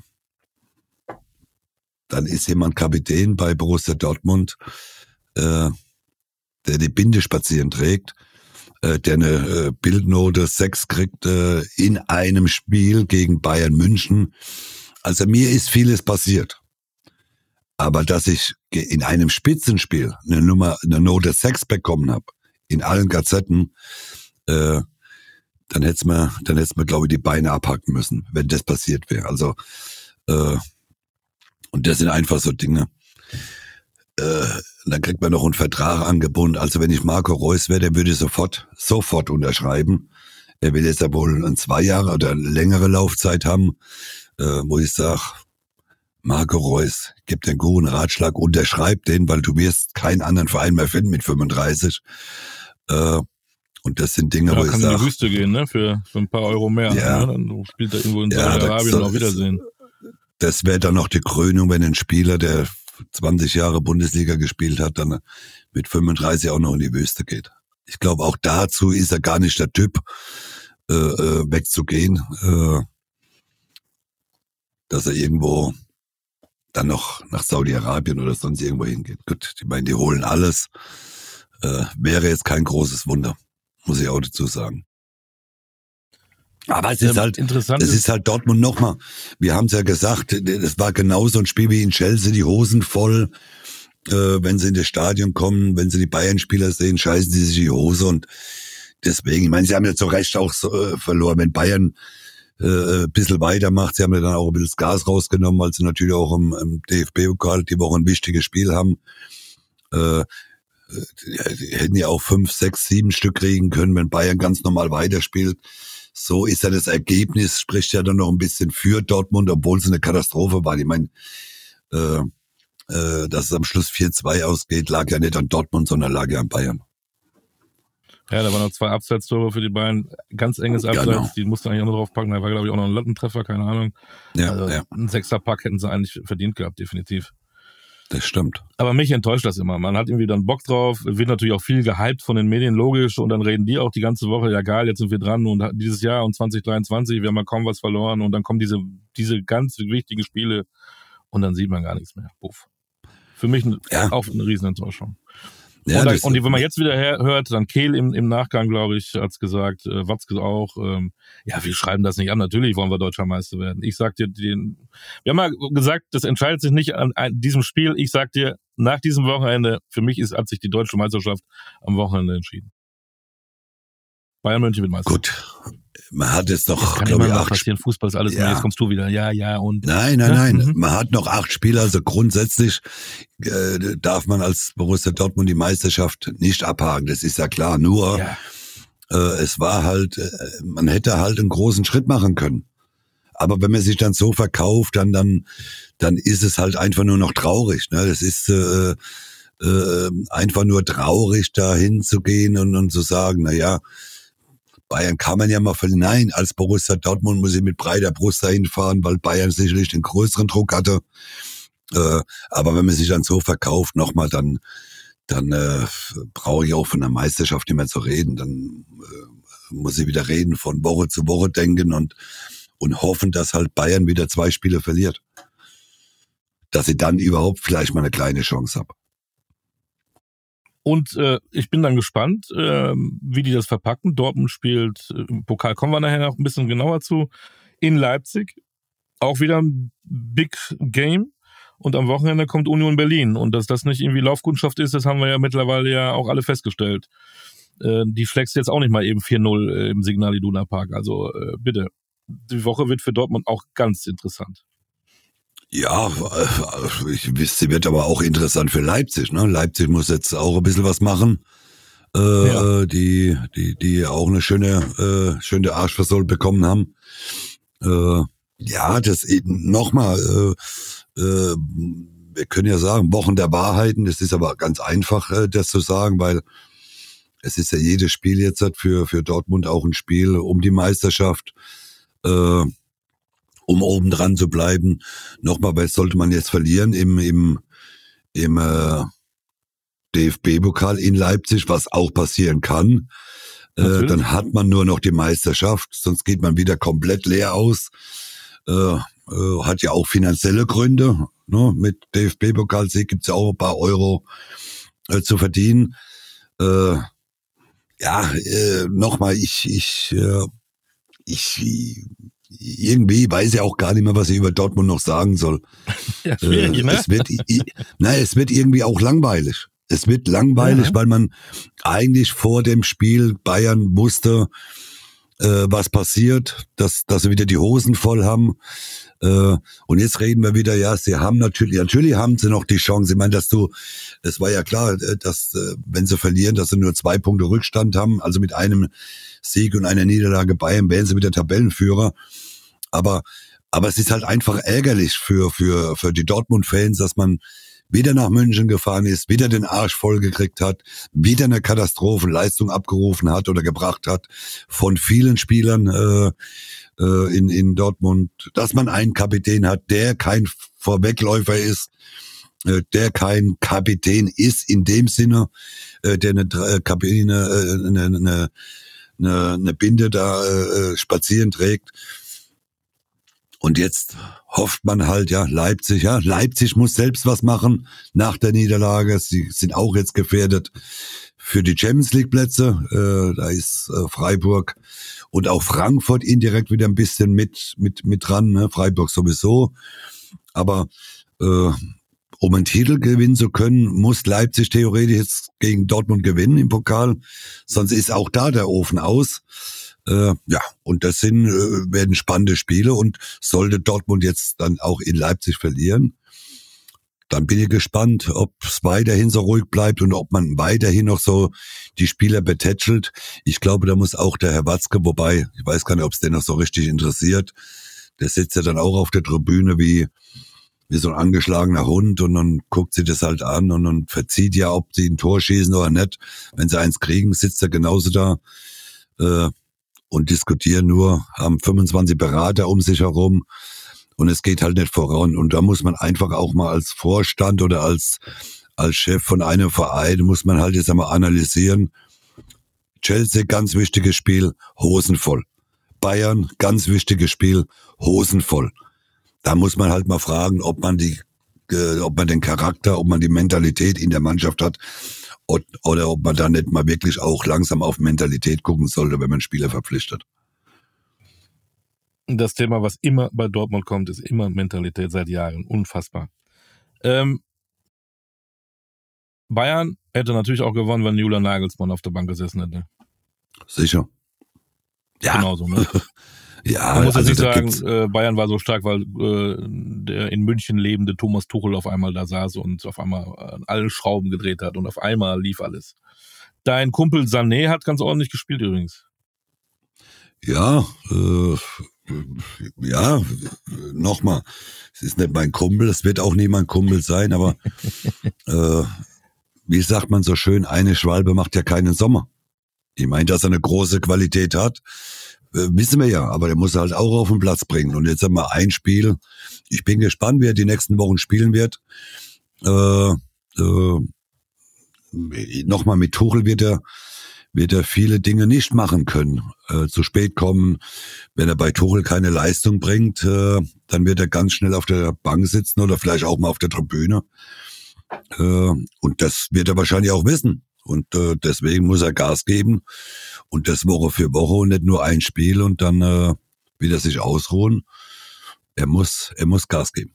dann ist jemand Kapitän bei Borussia Dortmund, äh, der die Binde spazieren trägt, äh, der eine äh, Bildnote sechs kriegt äh, in einem Spiel gegen Bayern München. Also mir ist vieles passiert. Aber dass ich in einem Spitzenspiel eine Nummer, eine Note sechs bekommen habe, in allen Gazetten, Äh, dann hätt's mir, dann hätt's mir, glaube ich, die Beine abhacken müssen, wenn das passiert wäre. Also, äh, und das sind einfach so Dinge. Äh, dann kriegt man noch einen Vertrag angebunden. Also, wenn ich Marco Reus wäre, dann würde ich sofort, sofort unterschreiben. Er will jetzt ja wohl ein zwei Jahre oder eine längere Laufzeit haben, äh, wo ich sage, Marco Reus, gib den guten Ratschlag, unterschreib den, weil du wirst keinen anderen Verein mehr finden mit fünfunddreißig. Äh, Und das sind Dinge, ja, wo ich sage... kann in die Wüste gehen, ne? Für, für ein paar Euro mehr. Ja. Ne? Dann spielt er irgendwo in ja, Saudi-Arabien und auf Wiedersehen. Das wäre dann noch die Krönung, wenn ein Spieler, der zwanzig Jahre Bundesliga gespielt hat, dann mit fünfunddreißig auch noch in die Wüste geht. Ich glaube, auch dazu ist er gar nicht der Typ, äh, äh, wegzugehen. Äh, dass er irgendwo dann noch nach Saudi-Arabien oder sonst irgendwo hingeht. Gut, ich meine, die holen alles. Äh, wäre jetzt kein großes Wunder. Muss ich auch dazu sagen. Aber es ist ja, halt, interessant es ist halt Dortmund nochmal. Wir haben es ja gesagt, es war genauso ein Spiel wie in Chelsea, die Hosen voll. Äh, wenn sie in das Stadion kommen, wenn sie die Bayern-Spieler sehen, scheißen sie sich die Hose und deswegen, ich meine, sie haben ja zu Recht auch so, äh, verloren. Wenn Bayern äh, ein bisschen weitermacht, sie haben ja dann auch ein bisschen das Gas rausgenommen, weil sie natürlich auch im, im D F B-Pokal die Woche ein wichtiges Spiel haben. Äh, die hätten ja auch fünf, sechs, sieben Stück kriegen können, wenn Bayern ganz normal weiterspielt. So ist ja das Ergebnis, spricht ja dann noch ein bisschen für Dortmund, obwohl es eine Katastrophe war. Ich meine, äh, äh, dass es am Schluss vier zwei ausgeht, lag ja nicht an Dortmund, sondern lag ja an Bayern. Ja, da waren noch zwei Abseitstore für die Bayern, ganz enges Abseits, genau. Die mussten eigentlich auch noch drauf packen, da war glaube ich auch noch ein Lattentreffer, keine Ahnung. Ja, also ja. Ein Sechserpack hätten sie eigentlich verdient gehabt, definitiv. Das stimmt. Aber mich enttäuscht das immer. Man hat irgendwie dann Bock drauf, wird natürlich auch viel gehypt von den Medien, logisch, und dann reden die auch die ganze Woche, ja geil, jetzt sind wir dran und dieses Jahr und zwanzig dreiundzwanzig, wir haben ja kaum was verloren und dann kommen diese diese ganz wichtigen Spiele und dann sieht man gar nichts mehr. Puff. Für mich ja. Auch eine Riesenenttäuschung. Ja, und, da, und wenn man jetzt wieder her, hört, dann Kehl im, im Nachgang, glaube ich, hat's gesagt, äh, Watzke auch, ähm, ja, wir schreiben das nicht an, natürlich wollen wir Deutscher Meister werden. Ich sag dir, den, wir haben mal gesagt, das entscheidet sich nicht an, an diesem Spiel. Ich sag dir, nach diesem Wochenende, für mich ist, hat sich die Deutsche Meisterschaft am Wochenende entschieden. Bayern München wird Meister. Gut, man hat jetzt noch, glaube ich, glaube ich, acht passieren. Fußball ist alles, ja. Jetzt kommst du wieder, ja, ja und. Nein, nein, nein, mhm. Man hat noch acht Spiele, also grundsätzlich äh, darf man als Borussia Dortmund die Meisterschaft nicht abhaken, das ist ja klar, nur ja. äh, es war halt, äh, man hätte halt einen großen Schritt machen können. Aber wenn man sich dann so verkauft, dann dann dann ist es halt einfach nur noch traurig, ne? Das ist äh, äh, einfach nur traurig, da hinzugehen und, und zu sagen, na ja, Bayern kann man ja mal verlieren. Nein, als Borussia Dortmund muss ich mit breiter Brust dahin fahren, weil Bayern sicherlich den größeren Druck hatte. Äh, aber wenn man sich dann so verkauft, nochmal, dann, dann äh, brauche ich auch von der Meisterschaft nicht mehr zu reden. Dann äh, muss ich wieder reden, von Woche zu Woche denken und, und hoffen, dass halt Bayern wieder zwei Spiele verliert. Dass ich dann überhaupt vielleicht mal eine kleine Chance habe. Und äh, ich bin dann gespannt, äh, wie die das verpacken. Dortmund spielt, äh, im Pokal kommen wir nachher noch ein bisschen genauer zu, in Leipzig. Auch wieder ein Big Game. Und am Wochenende kommt Union Berlin. Und dass das nicht irgendwie Laufkundschaft ist, das haben wir ja mittlerweile ja auch alle festgestellt. Äh, die flext jetzt auch nicht mal eben vier null äh, im Signal Iduna Park. Also äh, bitte, die Woche wird für Dortmund auch ganz interessant. Ja, ich wisse, sie wird aber auch interessant für Leipzig. Ne? Leipzig muss jetzt auch ein bisschen was machen. Äh, ja. Die, die, die auch eine schöne, äh, schöne Arschversold bekommen haben. Äh, ja, das nochmal. Äh, äh, wir können ja sagen, Wochen der Wahrheiten. Das ist aber ganz einfach, äh, das zu sagen, weil es ist ja jedes Spiel jetzt für für Dortmund auch ein Spiel um die Meisterschaft. Äh, um oben dran zu bleiben. Nochmal, weil sollte man jetzt verlieren im im im äh, D F B-Pokal in Leipzig, was auch passieren kann, äh, dann hat man nur noch die Meisterschaft, sonst geht man wieder komplett leer aus. Äh, äh, hat ja auch finanzielle Gründe. Ne? Mit D F B-Pokalsieg gibt's ja auch ein paar Euro äh, zu verdienen. Äh, ja, äh, nochmal, ich ich äh, ich irgendwie weiß ich auch gar nicht mehr, was ich über Dortmund noch sagen soll. Ja, schwierig, äh, ne? Es wird, na, es wird irgendwie auch langweilig. Es wird langweilig, ja. Weil man eigentlich vor dem Spiel Bayern wusste, äh, was passiert, dass, dass sie wieder die Hosen voll haben. Äh, und jetzt reden wir wieder, ja, sie haben natürlich, natürlich haben sie noch die Chance. Ich meine, dass du, es war ja klar, dass, wenn sie verlieren, dass sie nur zwei Punkte Rückstand haben, also mit einem Sieg und einer Niederlage Bayern wären sie wieder Tabellenführer. Aber, aber es ist halt einfach ärgerlich für, für, für die Dortmund-Fans, dass man wieder nach München gefahren ist, wieder den Arsch voll gekriegt hat, wieder eine Katastrophenleistung abgerufen hat oder gebracht hat von vielen Spielern äh, äh, in, in Dortmund, dass man einen Kapitän hat, der kein Vorwegläufer ist, äh, der kein Kapitän ist in dem Sinne, äh, der eine äh, Kabine, äh, eine, eine, eine, eine Binde da äh, spazieren trägt. Und jetzt hofft man halt, ja, Leipzig, ja, Leipzig muss selbst was machen nach der Niederlage. Sie sind auch jetzt gefährdet für die Champions League Plätze. Äh, da ist äh, Freiburg und auch Frankfurt indirekt wieder ein bisschen mit mit mit dran. Ne? Freiburg sowieso. Aber äh, um einen Titel gewinnen zu können, muss Leipzig theoretisch jetzt gegen Dortmund gewinnen im Pokal. Sonst ist auch da der Ofen aus. Äh, ja, und das sind äh, werden spannende Spiele und sollte Dortmund jetzt dann auch in Leipzig verlieren, dann bin ich gespannt, ob es weiterhin so ruhig bleibt und ob man weiterhin noch so die Spieler betätschelt. Ich glaube, da muss auch der Herr Watzke, wobei, ich weiß gar nicht, ob es den noch so richtig interessiert, der sitzt ja dann auch auf der Tribüne wie wie so ein angeschlagener Hund und dann guckt sie das halt an und dann verzieht ja, ob sie ein Tor schießen oder nicht. Wenn sie eins kriegen, sitzt er genauso da äh, und diskutieren nur, haben fünfundzwanzig Berater um sich herum und es geht halt nicht voran. Und da muss man einfach auch mal als Vorstand oder als als Chef von einem Verein, muss man halt jetzt einmal analysieren. Chelsea, ganz wichtiges Spiel, Hosen voll. Bayern, ganz wichtiges Spiel, Hosen voll. Da muss man halt mal fragen, ob man die, äh, ob man den Charakter, ob man die Mentalität in der Mannschaft hat, oder ob man da nicht mal wirklich auch langsam auf Mentalität gucken sollte, wenn man Spieler verpflichtet. Das Thema, was immer bei Dortmund kommt, ist immer Mentalität seit Jahren. Unfassbar. Ähm, Bayern hätte natürlich auch gewonnen, wenn Julian Nagelsmann auf der Bank gesessen hätte. Sicher. Ja. Genauso, ne? Ja, man muss also jetzt nicht sagen, äh, Bayern war so stark, weil äh, der in München lebende Thomas Tuchel auf einmal da saß und auf einmal an allen Schrauben gedreht hat und auf einmal lief alles. Dein Kumpel Sané hat ganz ordentlich gespielt übrigens. Ja, äh, ja, nochmal, es ist nicht mein Kumpel, es wird auch nie mein Kumpel sein, aber äh, wie sagt man so schön, eine Schwalbe macht ja keinen Sommer. Ich meine, dass er eine große Qualität hat. äh, wissen wir ja, aber der muss halt auch auf den Platz bringen. Und jetzt haben wir ein Spiel. Ich bin gespannt, wie er die nächsten Wochen spielen wird. Äh, äh, Nochmal mit Tuchel wird er, wird er viele Dinge nicht machen können. Äh, zu spät kommen. Wenn er bei Tuchel keine Leistung bringt, äh, dann wird er ganz schnell auf der Bank sitzen oder vielleicht auch mal auf der Tribüne. Äh, und das wird er wahrscheinlich auch wissen. Und äh, deswegen muss er Gas geben. Und das Woche für Woche und nicht nur ein Spiel und dann äh, wieder sich ausruhen. Er muss, er muss Gas geben.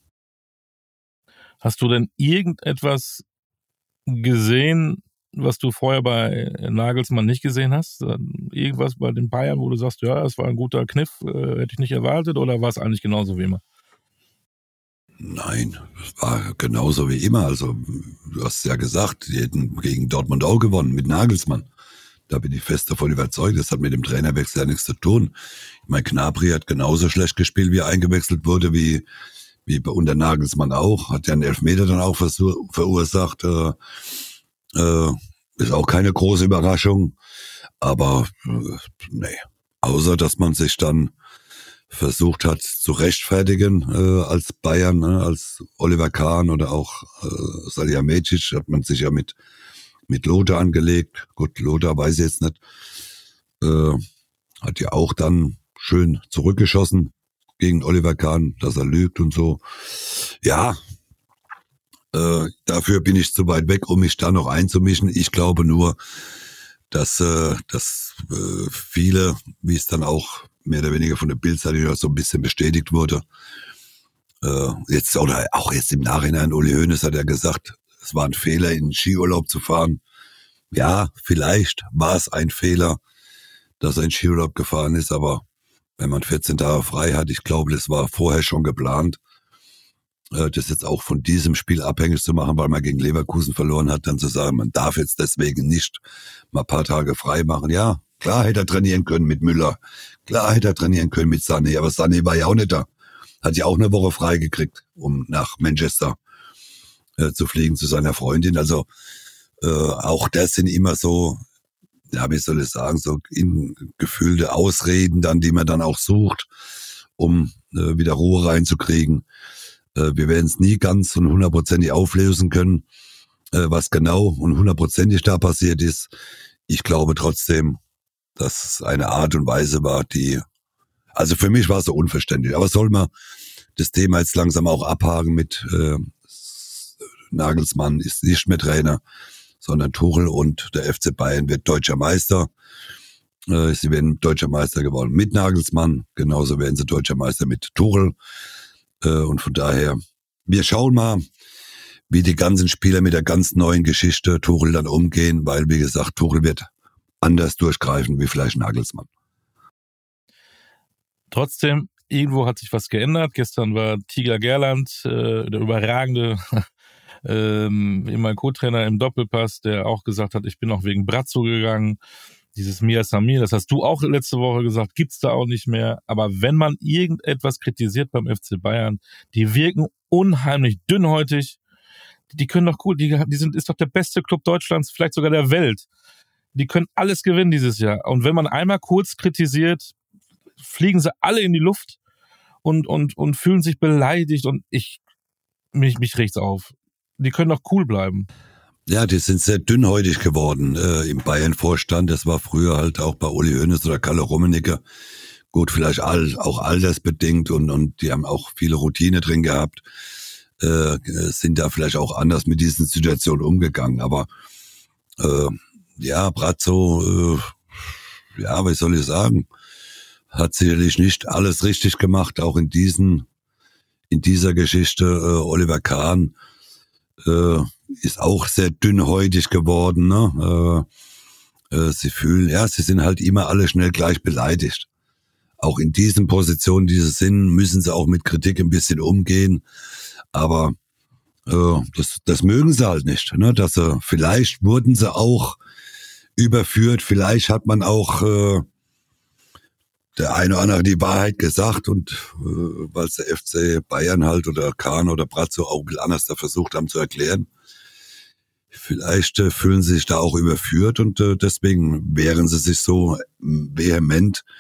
Hast du denn irgendetwas gesehen, was du vorher bei Nagelsmann nicht gesehen hast? Irgendwas bei den Bayern, wo du sagst, ja, das war ein guter Kniff, äh, hätte ich nicht erwartet, oder war es eigentlich genauso wie immer? Nein, es war genauso wie immer. Also, du hast ja gesagt, die hätten gegen Dortmund auch gewonnen mit Nagelsmann. Da bin ich fest davon überzeugt. Das hat mit dem Trainerwechsel ja nichts zu tun. Ich meine, Gnabry hat genauso schlecht gespielt, wie er eingewechselt wurde, wie wie bei unter Nagelsmann auch. Hat ja einen Elfmeter dann auch versuch, verursacht. Äh, äh, ist auch keine große Überraschung. Aber äh, nee, außer dass man sich dann versucht hat zu rechtfertigen äh, als Bayern, ne, als Oliver Kahn oder auch äh, Salihamidzic, hat man sich ja mit mit Lothar angelegt. Gut, Lothar weiß ich jetzt nicht. Äh, hat ja auch dann schön zurückgeschossen gegen Oliver Kahn, dass er lügt und so. Ja, äh, dafür bin ich zu weit weg, um mich da noch einzumischen. Ich glaube nur, dass, äh, dass äh, viele, wie es dann auch mehr oder weniger von der Bild-Seite so ein bisschen bestätigt wurde, äh, jetzt oder auch jetzt im Nachhinein, Uli Hoeneß hat ja gesagt, es war ein Fehler, in den Skiurlaub zu fahren. Ja, vielleicht war es ein Fehler, dass er in den Skiurlaub gefahren ist, aber wenn man vierzehn Tage frei hat, ich glaube, das war vorher schon geplant, äh, das jetzt auch von diesem Spiel abhängig zu machen, weil man gegen Leverkusen verloren hat, dann zu sagen, man darf jetzt deswegen nicht mal ein paar Tage frei machen. Ja, klar hätte er trainieren können mit Müller, klar hätte er trainieren können mit Sané, aber Sané war ja auch nicht da. Hat ja auch eine Woche frei gekriegt, um nach Manchester äh, zu fliegen zu seiner Freundin. Also äh, auch das sind immer so, ja, wie soll ich sagen, so in gefühlte Ausreden dann, die man dann auch sucht, um äh, wieder Ruhe reinzukriegen. Äh, wir werden es nie ganz und hundertprozentig auflösen können, äh, was genau und hundertprozentig da passiert ist. Ich glaube trotzdem, dass es eine Art und Weise war, die, also für mich war es so unverständlich. Aber soll man das Thema jetzt langsam auch abhaken mit äh, Nagelsmann ist nicht mehr Trainer, sondern Tuchel, und der F C Bayern wird deutscher Meister. Äh, sie werden deutscher Meister geworden mit Nagelsmann, genauso werden sie deutscher Meister mit Tuchel. Äh, und von daher, wir schauen mal, wie die ganzen Spieler mit der ganz neuen Geschichte Tuchel dann umgehen, weil, wie gesagt, Tuchel wird anders durchgreifen wie vielleicht Nagelsmann. Trotzdem, irgendwo hat sich was geändert. Gestern war Tiger Gerland, äh, der überragende ähm, immer Co-Trainer im Doppelpass, der auch gesagt hat, ich bin auch wegen Brazzo gegangen. Dieses Mia Samir, das hast du auch letzte Woche gesagt, gibt's da auch nicht mehr. Aber wenn man irgendetwas kritisiert beim F C Bayern, die wirken unheimlich dünnhäutig. Die können doch cool, die, die sind, ist doch der beste Club Deutschlands, vielleicht sogar der Welt. Die können alles gewinnen dieses Jahr. Und wenn man einmal kurz kritisiert, fliegen sie alle in die Luft und, und, und fühlen sich beleidigt, und ich, mich, mich regt's auf. Die können doch cool bleiben. Ja, die sind sehr dünnhäutig geworden äh, im Bayern-Vorstand. Das war früher halt auch bei Uli Hoeneß oder Karl Rummenigge. Gut, vielleicht all, auch altersbedingt, und, und die haben auch viele Routine drin gehabt, äh, sind da vielleicht auch anders mit diesen Situationen umgegangen. Aber äh, ja, Brazzo, äh, ja, was soll ich sagen, hat sicherlich nicht alles richtig gemacht, auch in diesen, in dieser Geschichte. Äh, Oliver Kahn äh, ist auch sehr dünnhäutig geworden, ne? Äh, äh, sie fühlen, ja, sie sind halt immer alle schnell gleich beleidigt. Auch in diesen Positionen, die sie sind, müssen sie auch mit Kritik ein bisschen umgehen. Aber äh, das, das mögen sie halt nicht, ne? Dass sie, vielleicht wurden sie auch überführt, vielleicht hat man auch äh, der eine oder andere die Wahrheit gesagt, und äh, weil es der F C Bayern halt oder Kahn oder Brazzo auch ein bisschen anders da versucht haben zu erklären. Vielleicht äh, fühlen sie sich da auch überführt, und äh, deswegen wehren sie sich so vehement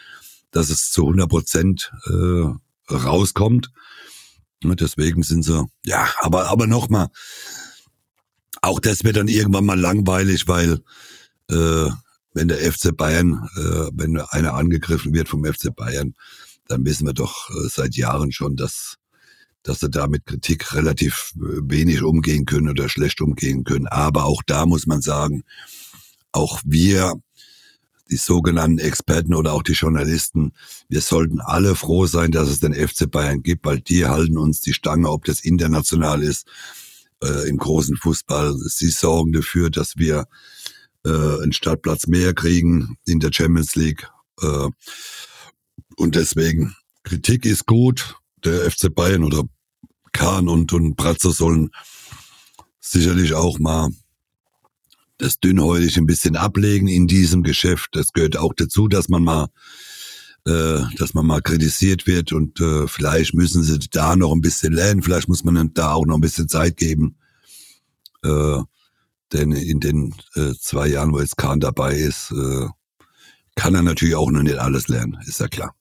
dass es zu hundert Prozent äh, rauskommt. Und deswegen sind sie, ja, aber aber nochmal, auch das wird dann irgendwann mal langweilig, weil äh, wenn der F C Bayern, äh, wenn einer angegriffen wird vom F C Bayern, dann wissen wir doch äh, seit Jahren schon, dass dass sie da mit Kritik relativ wenig umgehen können oder schlecht umgehen können. Aber auch da muss man sagen, auch wir, die sogenannten Experten oder auch die Journalisten, wir sollten alle froh sein, dass es den F C Bayern gibt, weil die halten uns die Stange, ob das international ist, äh, im großen Fußball. Sie sorgen dafür, dass wir äh, einen Startplatz mehr kriegen in der Champions League. Äh, und deswegen, Kritik ist gut. Der F C Bayern oder Kahn und, und Brazzo sollen sicherlich auch mal das dünnhäutig ein bisschen ablegen in diesem Geschäft. Das gehört auch dazu, dass man mal, äh, dass man mal kritisiert wird und äh, vielleicht müssen sie da noch ein bisschen lernen. Vielleicht muss man da auch noch ein bisschen Zeit geben, äh, denn in den äh, zwei Jahren, wo jetzt Kahn dabei ist, äh, kann er natürlich auch noch nicht alles lernen. Ist ja klar.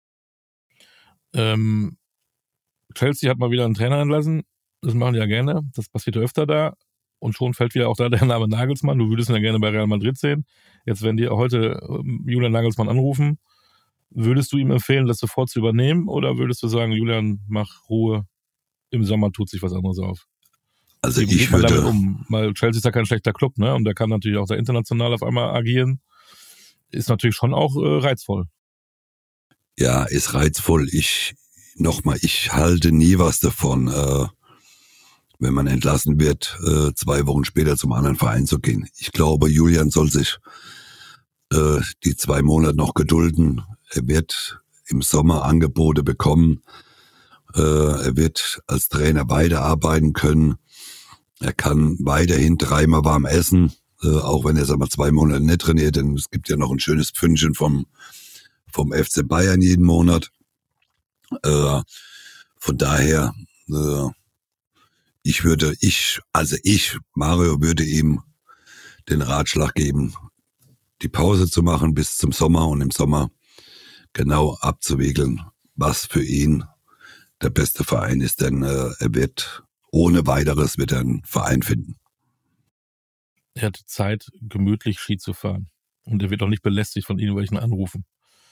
Ähm, Chelsea hat mal wieder einen Trainer entlassen. Das machen die ja gerne. Das passiert ja öfter da. Und schon fällt wieder auch da der Name Nagelsmann. Du würdest ihn ja gerne bei Real Madrid sehen. Jetzt, wenn die heute Julian Nagelsmann anrufen, würdest du ihm empfehlen, das sofort zu übernehmen? Oder würdest du sagen, Julian, mach Ruhe, im Sommer tut sich was anderes auf? Also Wie geht ich man würde... damit um? Weil Chelsea ist ja kein schlechter Club, ne? Und der kann natürlich auch da international auf einmal agieren. Ist natürlich schon auch äh, reizvoll. Ja, ist reizvoll. Ich, nochmal, ich halte nie was davon, äh, wenn man entlassen wird, äh, zwei Wochen später zum anderen Verein zu gehen. Ich glaube, Julian soll sich äh, die zwei Monate noch gedulden. Er wird im Sommer Angebote bekommen. Äh, er wird als Trainer weiterarbeiten können. Er kann weiterhin dreimal warm essen, äh, auch wenn er sag mal zwei Monate nicht trainiert, denn es gibt ja noch ein schönes Pfündchen vom vom F C Bayern jeden Monat. Äh, von daher, äh, ich würde, ich, also ich, Mario, würde ihm den Ratschlag geben, die Pause zu machen bis zum Sommer und im Sommer genau abzuwägeln, was für ihn der beste Verein ist, denn äh, er wird ohne weiteres wird er einen Verein finden. Er hat Zeit, gemütlich Ski zu fahren. Und er wird auch nicht belästigt von irgendwelchen Anrufen.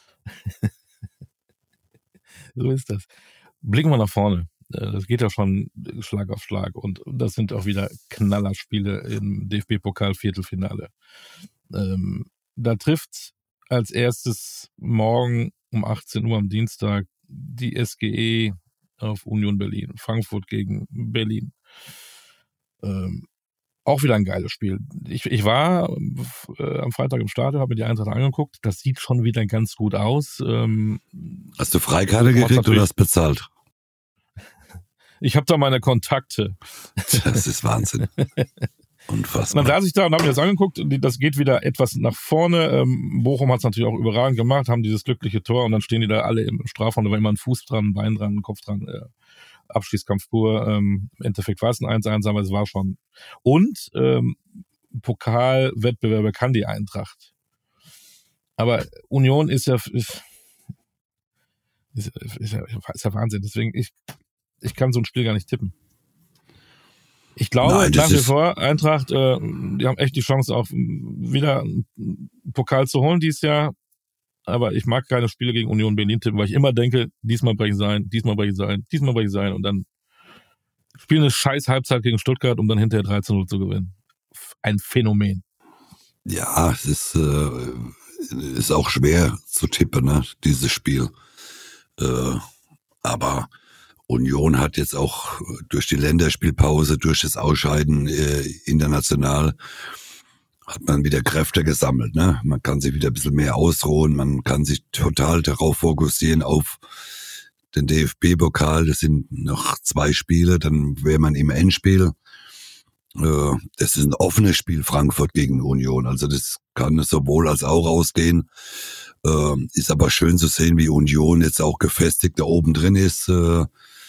So ist das. Blicken wir nach vorne. Das geht ja schon Schlag auf Schlag und das sind auch wieder Knallerspiele im D F B-Pokal-Viertelfinale. Ähm, da trifft als erstes morgen um achtzehn Uhr am Dienstag die S G E auf Union Berlin. Frankfurt gegen Berlin. Ähm, Auch wieder ein geiles Spiel. Ich, ich war äh, am Freitag im Stadion, habe mir die Eintracht angeguckt. Das sieht schon wieder ganz gut aus. Ähm, hast du Freikarte gekriegt oder hast bezahlt? Ich habe da meine Kontakte. Das ist Wahnsinn. Unfassbar. Dann saß ich da und habe mir das angeguckt. Das geht wieder etwas nach vorne. Ähm, Bochum hat es natürlich auch überragend gemacht, haben dieses glückliche Tor und dann stehen die da alle im Strafraum. Da war immer ein Fuß dran, ein Bein dran, ein Kopf dran. Äh, Abschließkampf pur. Ähm, Im Endeffekt war es ein eins eins, aber es war schon. Und ähm, Pokalwettbewerbe kann die Eintracht. Aber Union ist ja ist, ist, ist, ja, ist ja Wahnsinn. Deswegen, ich, ich kann so ein Spiel gar nicht tippen. Ich glaube Nein, nach wie vor, Eintracht, äh, die haben echt die Chance, auch wieder einen Pokal zu holen dieses Jahr. Aber ich mag keine Spiele gegen Union Berlin tippen, weil ich immer denke, diesmal breche ich sein, diesmal breche ich sein, diesmal breche ich sein und dann spielen eine scheiß Halbzeit gegen Stuttgart, um dann hinterher drei zu null zu gewinnen. Ein Phänomen. Ja, es ist, äh, ist auch schwer zu tippen, ne, dieses Spiel. Äh, aber Union hat jetzt auch durch die Länderspielpause, durch das Ausscheiden äh, international, hat man wieder Kräfte gesammelt, ne? Man kann sich wieder ein bisschen mehr ausruhen, man kann sich total darauf fokussieren, auf den D F B-Pokal. Das sind noch zwei Spiele, dann wäre man im Endspiel. Äh, das ist ein offenes Spiel, Frankfurt gegen Union. Also das kann sowohl als auch ausgehen. Äh, ist aber schön zu sehen, wie Union jetzt auch gefestigt da oben drin ist, äh,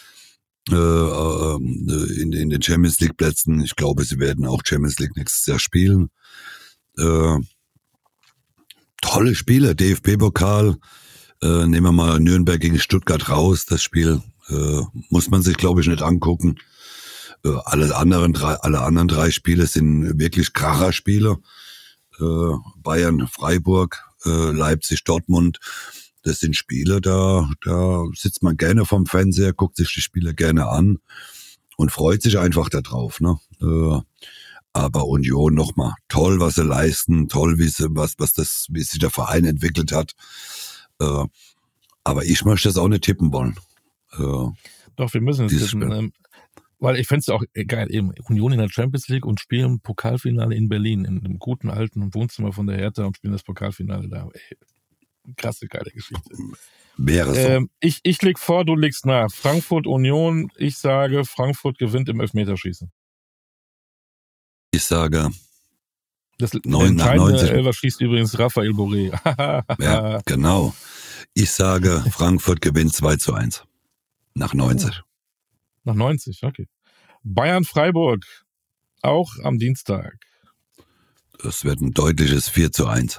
äh, in, in den Champions League Plätzen. Ich glaube, sie werden auch Champions League nächstes Jahr spielen. Äh, tolle Spiele, D F B-Pokal, Äh, nehmen wir mal Nürnberg gegen Stuttgart raus. Das Spiel äh, muss man sich, glaube ich, nicht angucken. Äh, alle anderen drei, alle anderen drei Spiele sind wirklich Kracherspiele. Äh, Bayern, Freiburg, äh, Leipzig, Dortmund. Das sind Spiele, da, da sitzt man gerne vorm Fernseher, guckt sich die Spiele gerne an und freut sich einfach da drauf, ne? Äh, aber Union nochmal, toll, was sie leisten, toll, wie sie, was, was das, wie sich der Verein entwickelt hat. Äh, aber ich möchte das auch nicht tippen wollen. Äh, Doch, wir müssen es tippen. Ähm, weil ich fände es auch geil, eben Union in der Champions League und spielen Pokalfinale in Berlin, in einem guten alten Wohnzimmer von der Hertha und spielen das Pokalfinale da. Ey, krasse, geile Geschichte. Wäre so. Ähm, ich, ich leg vor, du legst nach. Frankfurt, Union, ich sage, Frankfurt gewinnt im Elfmeterschießen. Ich sage, das neun, entscheidende Elfer schießt übrigens Raphael Boré. Ja, genau. Ich sage, Frankfurt gewinnt zwei zu eins. Nach neunzig. Oh. Nach neunzig, okay. Bayern-Freiburg, auch am Dienstag. Das wird ein deutliches vier zu eins.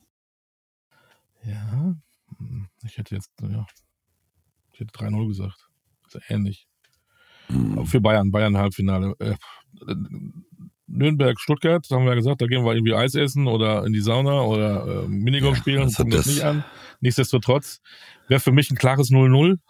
Ja, ich hätte jetzt, ja, ich hätte drei null gesagt. Ist ja ähnlich. Hm. Für Bayern, Bayern-Halbfinale. Äh, Nürnberg, Stuttgart, haben wir ja gesagt, da gehen wir irgendwie Eis essen oder in die Sauna oder äh, Minigolf Ja, spielen und gucken das das nicht an. Nichtsdestotrotz wäre für mich ein klares null null.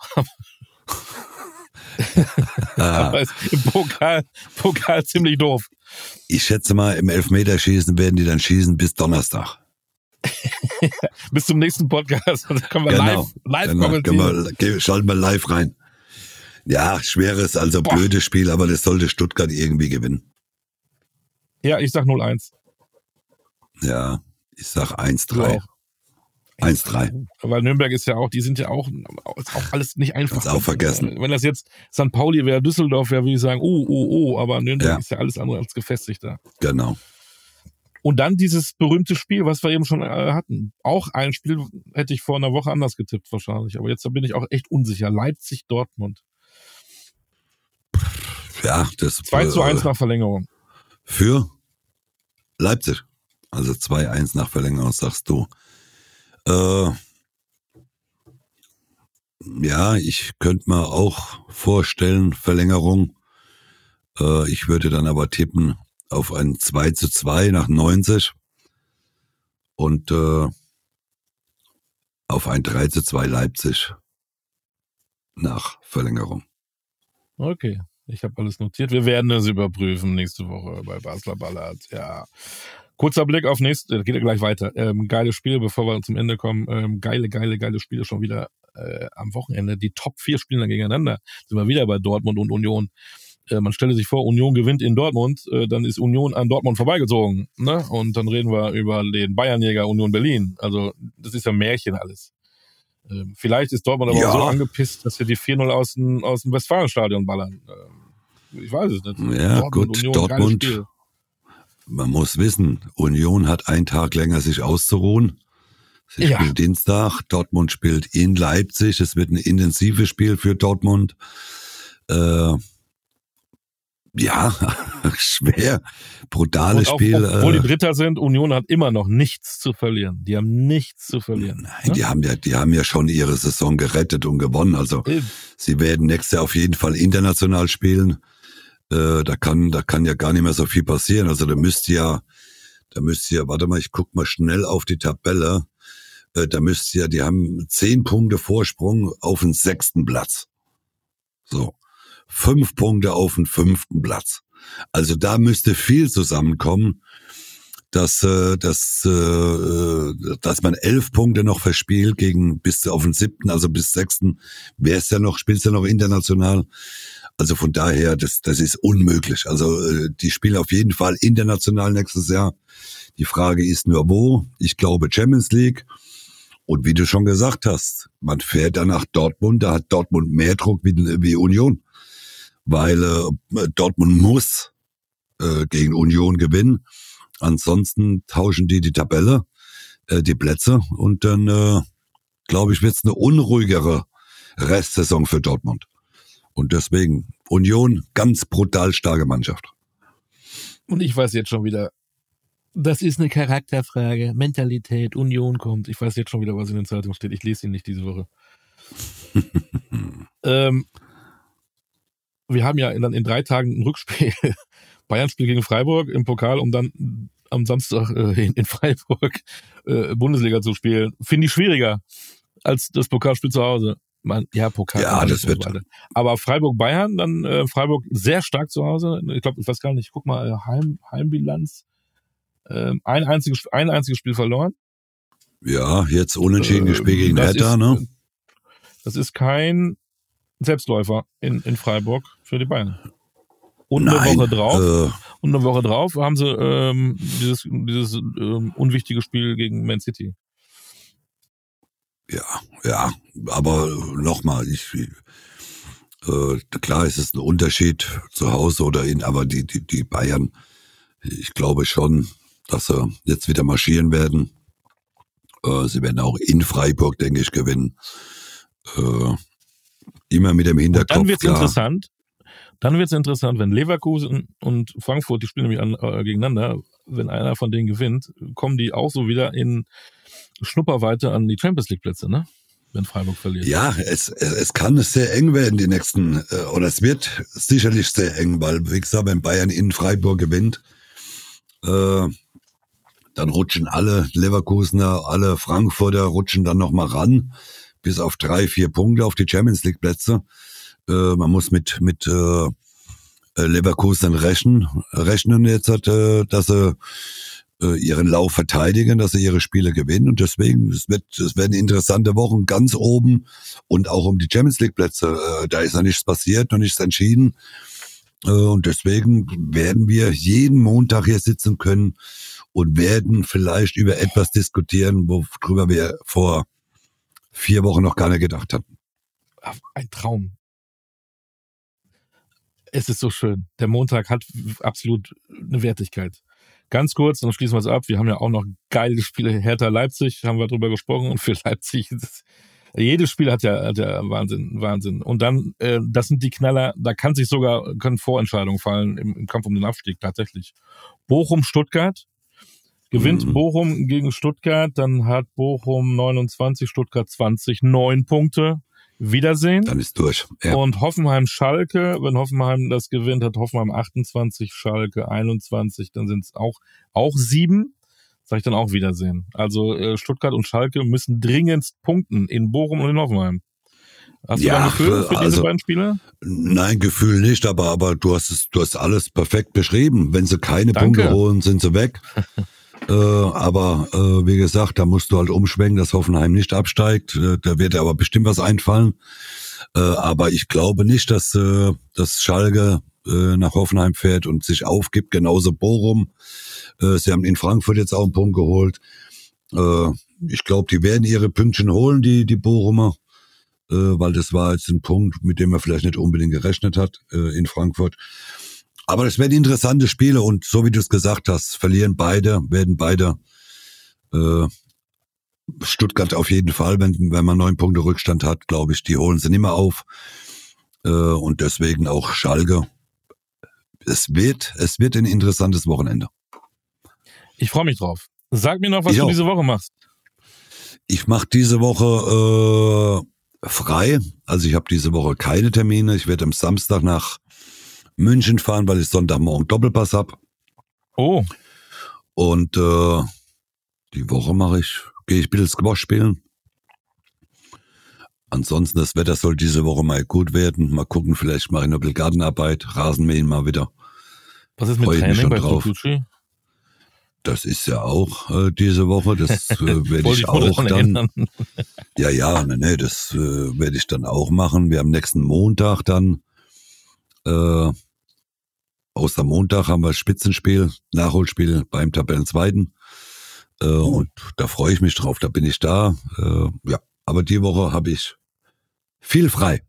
Aber ist im Pokal, Pokal ziemlich doof. Ich schätze mal, im Elfmeterschießen werden die dann schießen bis Donnerstag. Bis zum nächsten Podcast. Dann können wir Genau, live, live genau, kommentieren. wir, schalten wir live rein. Ja, schweres, also Boah. blödes Spiel, aber das sollte Stuttgart irgendwie gewinnen. Ja, ich sag null eins. Ja, ich sag eins drei. auch. eins drei. Weil Nürnberg ist ja auch, die sind ja auch, ist auch alles nicht einfach. Kannst auch vergessen. Wenn das jetzt Sankt Pauli wäre, Düsseldorf wäre, würde ich sagen, oh, oh, oh, aber Nürnberg Ja. ist ja alles andere als gefestigt da. Genau. Und dann dieses berühmte Spiel, was wir eben schon äh, hatten. Auch ein Spiel hätte ich vor einer Woche anders getippt wahrscheinlich, aber jetzt bin ich auch echt unsicher. Leipzig-Dortmund. Ja, das zwei zu eins äh, nach Verlängerung. für Leipzig. Also zwei eins nach Verlängerung, sagst du. Äh, ja, ich könnte mir auch vorstellen, Verlängerung. Äh, ich würde dann aber tippen auf ein zwei zu zwei nach neunzig und äh, auf ein drei zu zwei Leipzig nach Verlängerung. Okay, ich habe alles notiert. Wir werden es überprüfen nächste Woche bei Basler Ballard. Ja. Kurzer Blick auf nächste, geht ja gleich weiter. Ähm, geile Spiele, bevor wir zum Ende kommen. Ähm, geile, geile, geile Spiele schon wieder äh, am Wochenende. Die Top vier spielen dann gegeneinander. Sind wir wieder bei Dortmund und Union. Äh, man stelle sich vor, Union gewinnt in Dortmund, äh, dann ist Union an Dortmund vorbeigezogen. Ne? Und dann reden wir über den Bayernjäger Union Berlin. Also das ist ja Märchen alles. Ähm, vielleicht ist Dortmund aber Ja. auch so angepisst, dass wir die vier null aus dem, aus dem Westfalenstadion ballern. Ähm, ich weiß es nicht. Ja, Dortmund, gut, Union, Dortmund. geiles Spiel. Man muss wissen, Union hat einen Tag länger sich auszuruhen. Sie Ja. spielt Dienstag, Dortmund spielt in Leipzig. Es wird ein intensives Spiel für Dortmund. Äh, ja, schwer, brutales Und auch, Spiel. obwohl äh, die Dritter sind, Union hat immer noch nichts zu verlieren. Die haben nichts zu verlieren. Nein, die haben ja, die haben ja schon ihre Saison gerettet und gewonnen. Also Eben. sie werden nächstes Jahr auf jeden Fall international spielen. Äh, da kann, da kann ja gar nicht mehr so viel passieren. Also da müsst ja, da müsst ihr, warte mal, ich guck mal schnell auf die Tabelle. Äh, da müsst ihr, die haben zehn Punkte Vorsprung auf den sechsten Platz. So. Fünf Punkte auf den fünften Platz. Also da müsste viel zusammenkommen, dass, äh, dass, äh, dass man elf Punkte noch verspielt gegen bis auf den siebten, also bis sechsten. Wer ist ja noch, spielst ja noch international? Also von daher, das, das ist unmöglich. Also äh, die spielen auf jeden Fall international nächstes Jahr. Die Frage ist nur wo. Ich glaube Champions League. Und wie du schon gesagt hast, man fährt dann nach Dortmund. Da hat Dortmund mehr Druck wie, wie Union. Weil äh, Dortmund muss äh, gegen Union gewinnen. Ansonsten tauschen die die Tabelle, äh, die Plätze. Und dann, äh, glaube ich, wird es eine unruhigere Restsaison für Dortmund. Und deswegen, Union, ganz brutal starke Mannschaft. Und ich weiß jetzt schon wieder, Das ist eine Charakterfrage. Mentalität, Union kommt. Ich weiß jetzt schon wieder, was in den Zeitungen steht. Ich lese ihn nicht diese Woche. ähm, wir haben ja in, in drei Tagen ein Rückspiel. Bayern-Spiel gegen Freiburg im Pokal, um dann am Samstag äh, in, in Freiburg äh, Bundesliga zu spielen. Finde ich schwieriger als das Pokalspiel zu Hause. Man, ja, Pokal. Ja, das wird. Weiter. Aber Freiburg-Bayern, dann äh, Freiburg sehr stark zu Hause. Ich glaube, ich weiß gar nicht, guck mal, Heim, Heimbilanz. Ähm, ein, einziges, ein einziges Spiel verloren. Ja, jetzt unentschieden äh, gespielt gegen das Hertha, ist, ne? Das ist kein Selbstläufer in, in Freiburg für die Bayern. Und Nein, eine Woche drauf, äh, und eine Woche drauf haben sie ähm, dieses, dieses ähm, unwichtige Spiel gegen Man City. Ja, ja, aber nochmal, ich, äh, klar, es ist ein Unterschied zu Hause oder in, aber die, die, die Bayern, ich glaube schon, dass sie jetzt wieder marschieren werden. Äh, sie werden auch in Freiburg, denke ich, gewinnen. Äh, immer mit dem Hinterkopf. Und dann wird's klar. interessant. Dann wird's interessant, wenn Leverkusen und Frankfurt, die spielen nämlich an, äh, gegeneinander, wenn einer von denen gewinnt, kommen die auch so wieder in Schnupperweite an die Champions League Plätze, ne? Wenn Freiburg verliert. Ja, es, es, es kann sehr eng werden, die nächsten, äh, oder es wird sicherlich sehr eng, weil, wie gesagt, wenn Bayern in Freiburg gewinnt, äh, dann rutschen alle Leverkusener, alle Frankfurter rutschen dann nochmal ran, bis auf drei, vier Punkte auf die Champions League Plätze. Äh, man muss mit, mit äh, Leverkusen rechnen, rechnen jetzt, äh, dass sie äh, ihren Lauf verteidigen, dass sie ihre Spiele gewinnen. Und deswegen, es wird, es werden interessante Wochen ganz oben und auch um die Champions League Plätze. Äh, da ist noch nichts passiert, noch nichts entschieden. Äh, und deswegen werden wir jeden Montag hier sitzen können und werden vielleicht über etwas diskutieren, worüber wir vor vier Wochen noch gar nicht gedacht hatten. Ein Traum. Es ist so schön. Der Montag hat absolut eine Wertigkeit. Ganz kurz, dann schließen wir es ab. Wir haben ja auch noch geile Spiele. Hertha-Leipzig, haben wir drüber gesprochen. Und für Leipzig, das, jedes Spiel hat ja, hat ja Wahnsinn, Wahnsinn. Und dann, äh, das sind die Knaller, da kann sich sogar, können Vorentscheidungen fallen im, im Kampf um den Abstieg tatsächlich. Bochum-Stuttgart. Gewinnt mhm. Bochum gegen Stuttgart, dann hat Bochum neunundzwanzig, Stuttgart zwanzig, neun Punkte. Wiedersehen. Dann ist durch. Ja. Und Hoffenheim-Schalke, wenn Hoffenheim das gewinnt, hat Hoffenheim achtundzwanzig, Schalke einundzwanzig, dann sind es auch, auch sieben. Sag ich dann auch Wiedersehen. Also äh, Stuttgart und Schalke müssen dringendst punkten in Bochum und in Hoffenheim. Hast du ja, da ein Gefühl für also, diese beiden Spiele? Nein, Gefühl nicht, aber, aber du hast es, du hast alles perfekt beschrieben. Wenn sie keine Danke. Punkte holen, sind sie weg. Äh, aber äh, wie gesagt, da musst du halt umschwenken, dass Hoffenheim nicht absteigt. Äh, da wird aber bestimmt was einfallen. Äh, aber ich glaube nicht, dass, äh, dass Schalke äh, nach Hoffenheim fährt und sich aufgibt. Genauso Bochum. Äh, sie haben in Frankfurt jetzt auch einen Punkt geholt. Äh, ich glaube, die werden ihre Pünktchen holen, die, die Bochumer. Äh, weil das war jetzt ein Punkt, mit dem man vielleicht nicht unbedingt gerechnet hat äh, in Frankfurt. Aber das werden interessante Spiele und so wie du es gesagt hast, verlieren beide, werden beide äh, Stuttgart auf jeden Fall, wenn, wenn man neun Punkte Rückstand hat, glaube ich, die holen sie nicht mehr auf. Äh, und deswegen auch Schalke. Es wird, es wird ein interessantes Wochenende. Ich freue mich drauf. Sag mir noch, was ich du auch. diese Woche machst. Ich mache diese Woche äh, frei. Also ich habe diese Woche keine Termine. Ich werde am Samstag nach München fahren, weil ich Sonntagmorgen Doppelpass hab. Oh. Und äh, die Woche mache ich, gehe ich ein bisschen Squash spielen. Ansonsten, das Wetter soll diese Woche mal gut werden. Mal gucken, vielleicht mache ich noch ein bisschen Gartenarbeit, Rasenmähen mal wieder. Was ist mit Freu ich mich Training schon bei drauf. Tucci? Das ist ja auch äh, diese Woche, das äh, werde ich auch dann. Erinnern. Ja, ja, ne, ne, das äh, werde ich dann auch machen. Wir haben nächsten Montag dann äh, Ostermontag haben wir Spitzenspiel, Nachholspiel beim Tabellenzweiten. Äh, oh. Und da freue ich mich drauf, da bin ich da. Äh, ja, aber die Woche habe ich viel frei.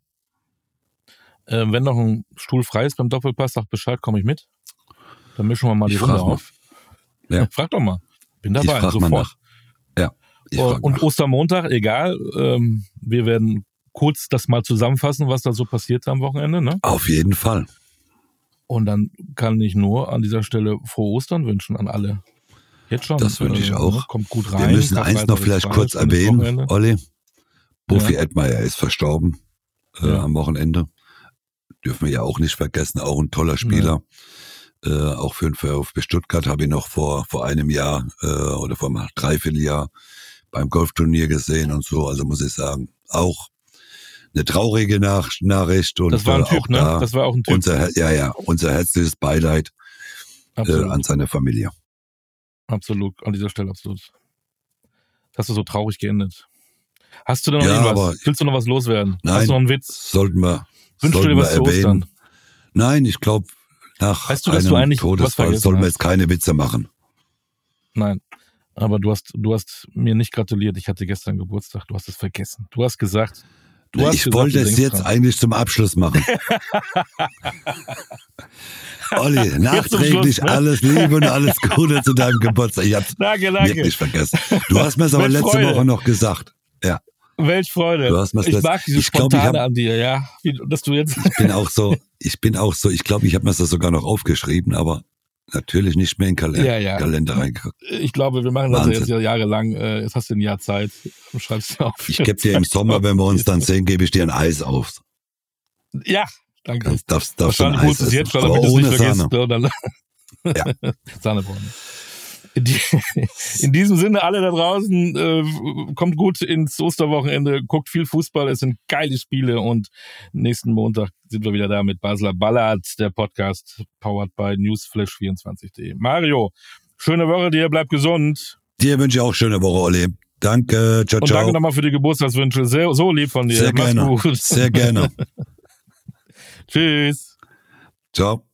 Äh, wenn noch ein Stuhl frei ist beim Doppelpass, sag Bescheid, komme ich mit. Dann mischen wir mal die Ich Runde frag mal. auf. Ja. Frag doch mal. Bin dabei, ich frag sofort. mal nach. Ja, ich frag Und nach. Ostermontag, egal. Ähm, wir werden kurz das mal zusammenfassen, was da so passiert am Wochenende, ne? Auf jeden Fall. Und dann kann ich nur an dieser Stelle frohe Ostern wünschen an alle. Jetzt schon. Das wünsche ich auch. Äh, kommt gut rein. Wir müssen eins noch vielleicht kurz erwähnen, Olli. Buffy ja. Edmeier ist verstorben äh, ja. am Wochenende. Dürfen wir ja auch nicht vergessen. Auch ein toller Spieler. Ja. Äh, auch für den VfB Stuttgart habe ich noch vor vor einem Jahr äh, oder vor einem Dreivierteljahr beim Golfturnier gesehen und so. Also muss ich sagen, auch eine traurige Nach- Nachricht. Und das war ein Typ, auch ne? Da das war auch ein Typ. Unser, ja, ja, unser herzliches Beileid äh, an seine Familie. Absolut, an dieser Stelle absolut. Das hast du so traurig geendet. Hast du denn noch ja, irgendwas? Aber, Willst du noch was loswerden? Nein, hast du noch einen Witz? Sollten wir, Wünschst sollten du dir was wir erwähnen. Ostern? Nein, ich glaube, nach weißt du, dass einem du eigentlich Todesfall sollten wir jetzt keine Witze machen. Nein, aber du hast, du hast mir nicht gratuliert. Ich hatte gestern Geburtstag. Du hast es vergessen. Du hast gesagt, du nee, hast ich gesagt, wollte es jetzt dran. eigentlich zum Abschluss machen. Olli, nachträglich Schluss, ne? alles Liebe und alles Gute zu deinem Geburtstag. Ich hab's danke, danke. wirklich vergessen. Du hast mir es aber letzte Freude. Woche noch gesagt. Ja. Welch Freude. Du hast mir's ich letzt... mag dieses ich glaub, Spontane ich hab... an dir, ja. Wie, dass du jetzt ich bin auch so, ich bin auch so, ich glaube, ich habe mir das sogar noch aufgeschrieben, aber natürlich nicht mehr in den Kalender, ja, ja. Kalender reingeguckt. Ich glaube, wir machen das ja jetzt ja jahrelang. Jetzt hast du ein Jahr Zeit. Du schreibst dir auf. Ich gebe dir im Sommer, wenn wir uns dann sehen, gebe ich dir ein Eis auf. Ja, danke. Das darfst, darfst Wahrscheinlich holst du es jetzt schon, damit du es nicht vergisst. Sahne. Ja. Sahneborn. In, die, in diesem Sinne, alle da draußen, äh, kommt gut ins Osterwochenende, guckt viel Fußball, es sind geile Spiele und nächsten Montag sind wir wieder da mit Basler Ballard, der Podcast powered by newsflash vierundzwanzig punkt de. Mario, schöne Woche dir, bleib gesund. Dir wünsche ich auch schöne Woche, Olli. Danke, ciao, ciao. Und danke nochmal für die Geburtstagswünsche, sehr, so lieb von dir. Sehr Mach's gerne, gut. sehr gerne. Tschüss. Ciao.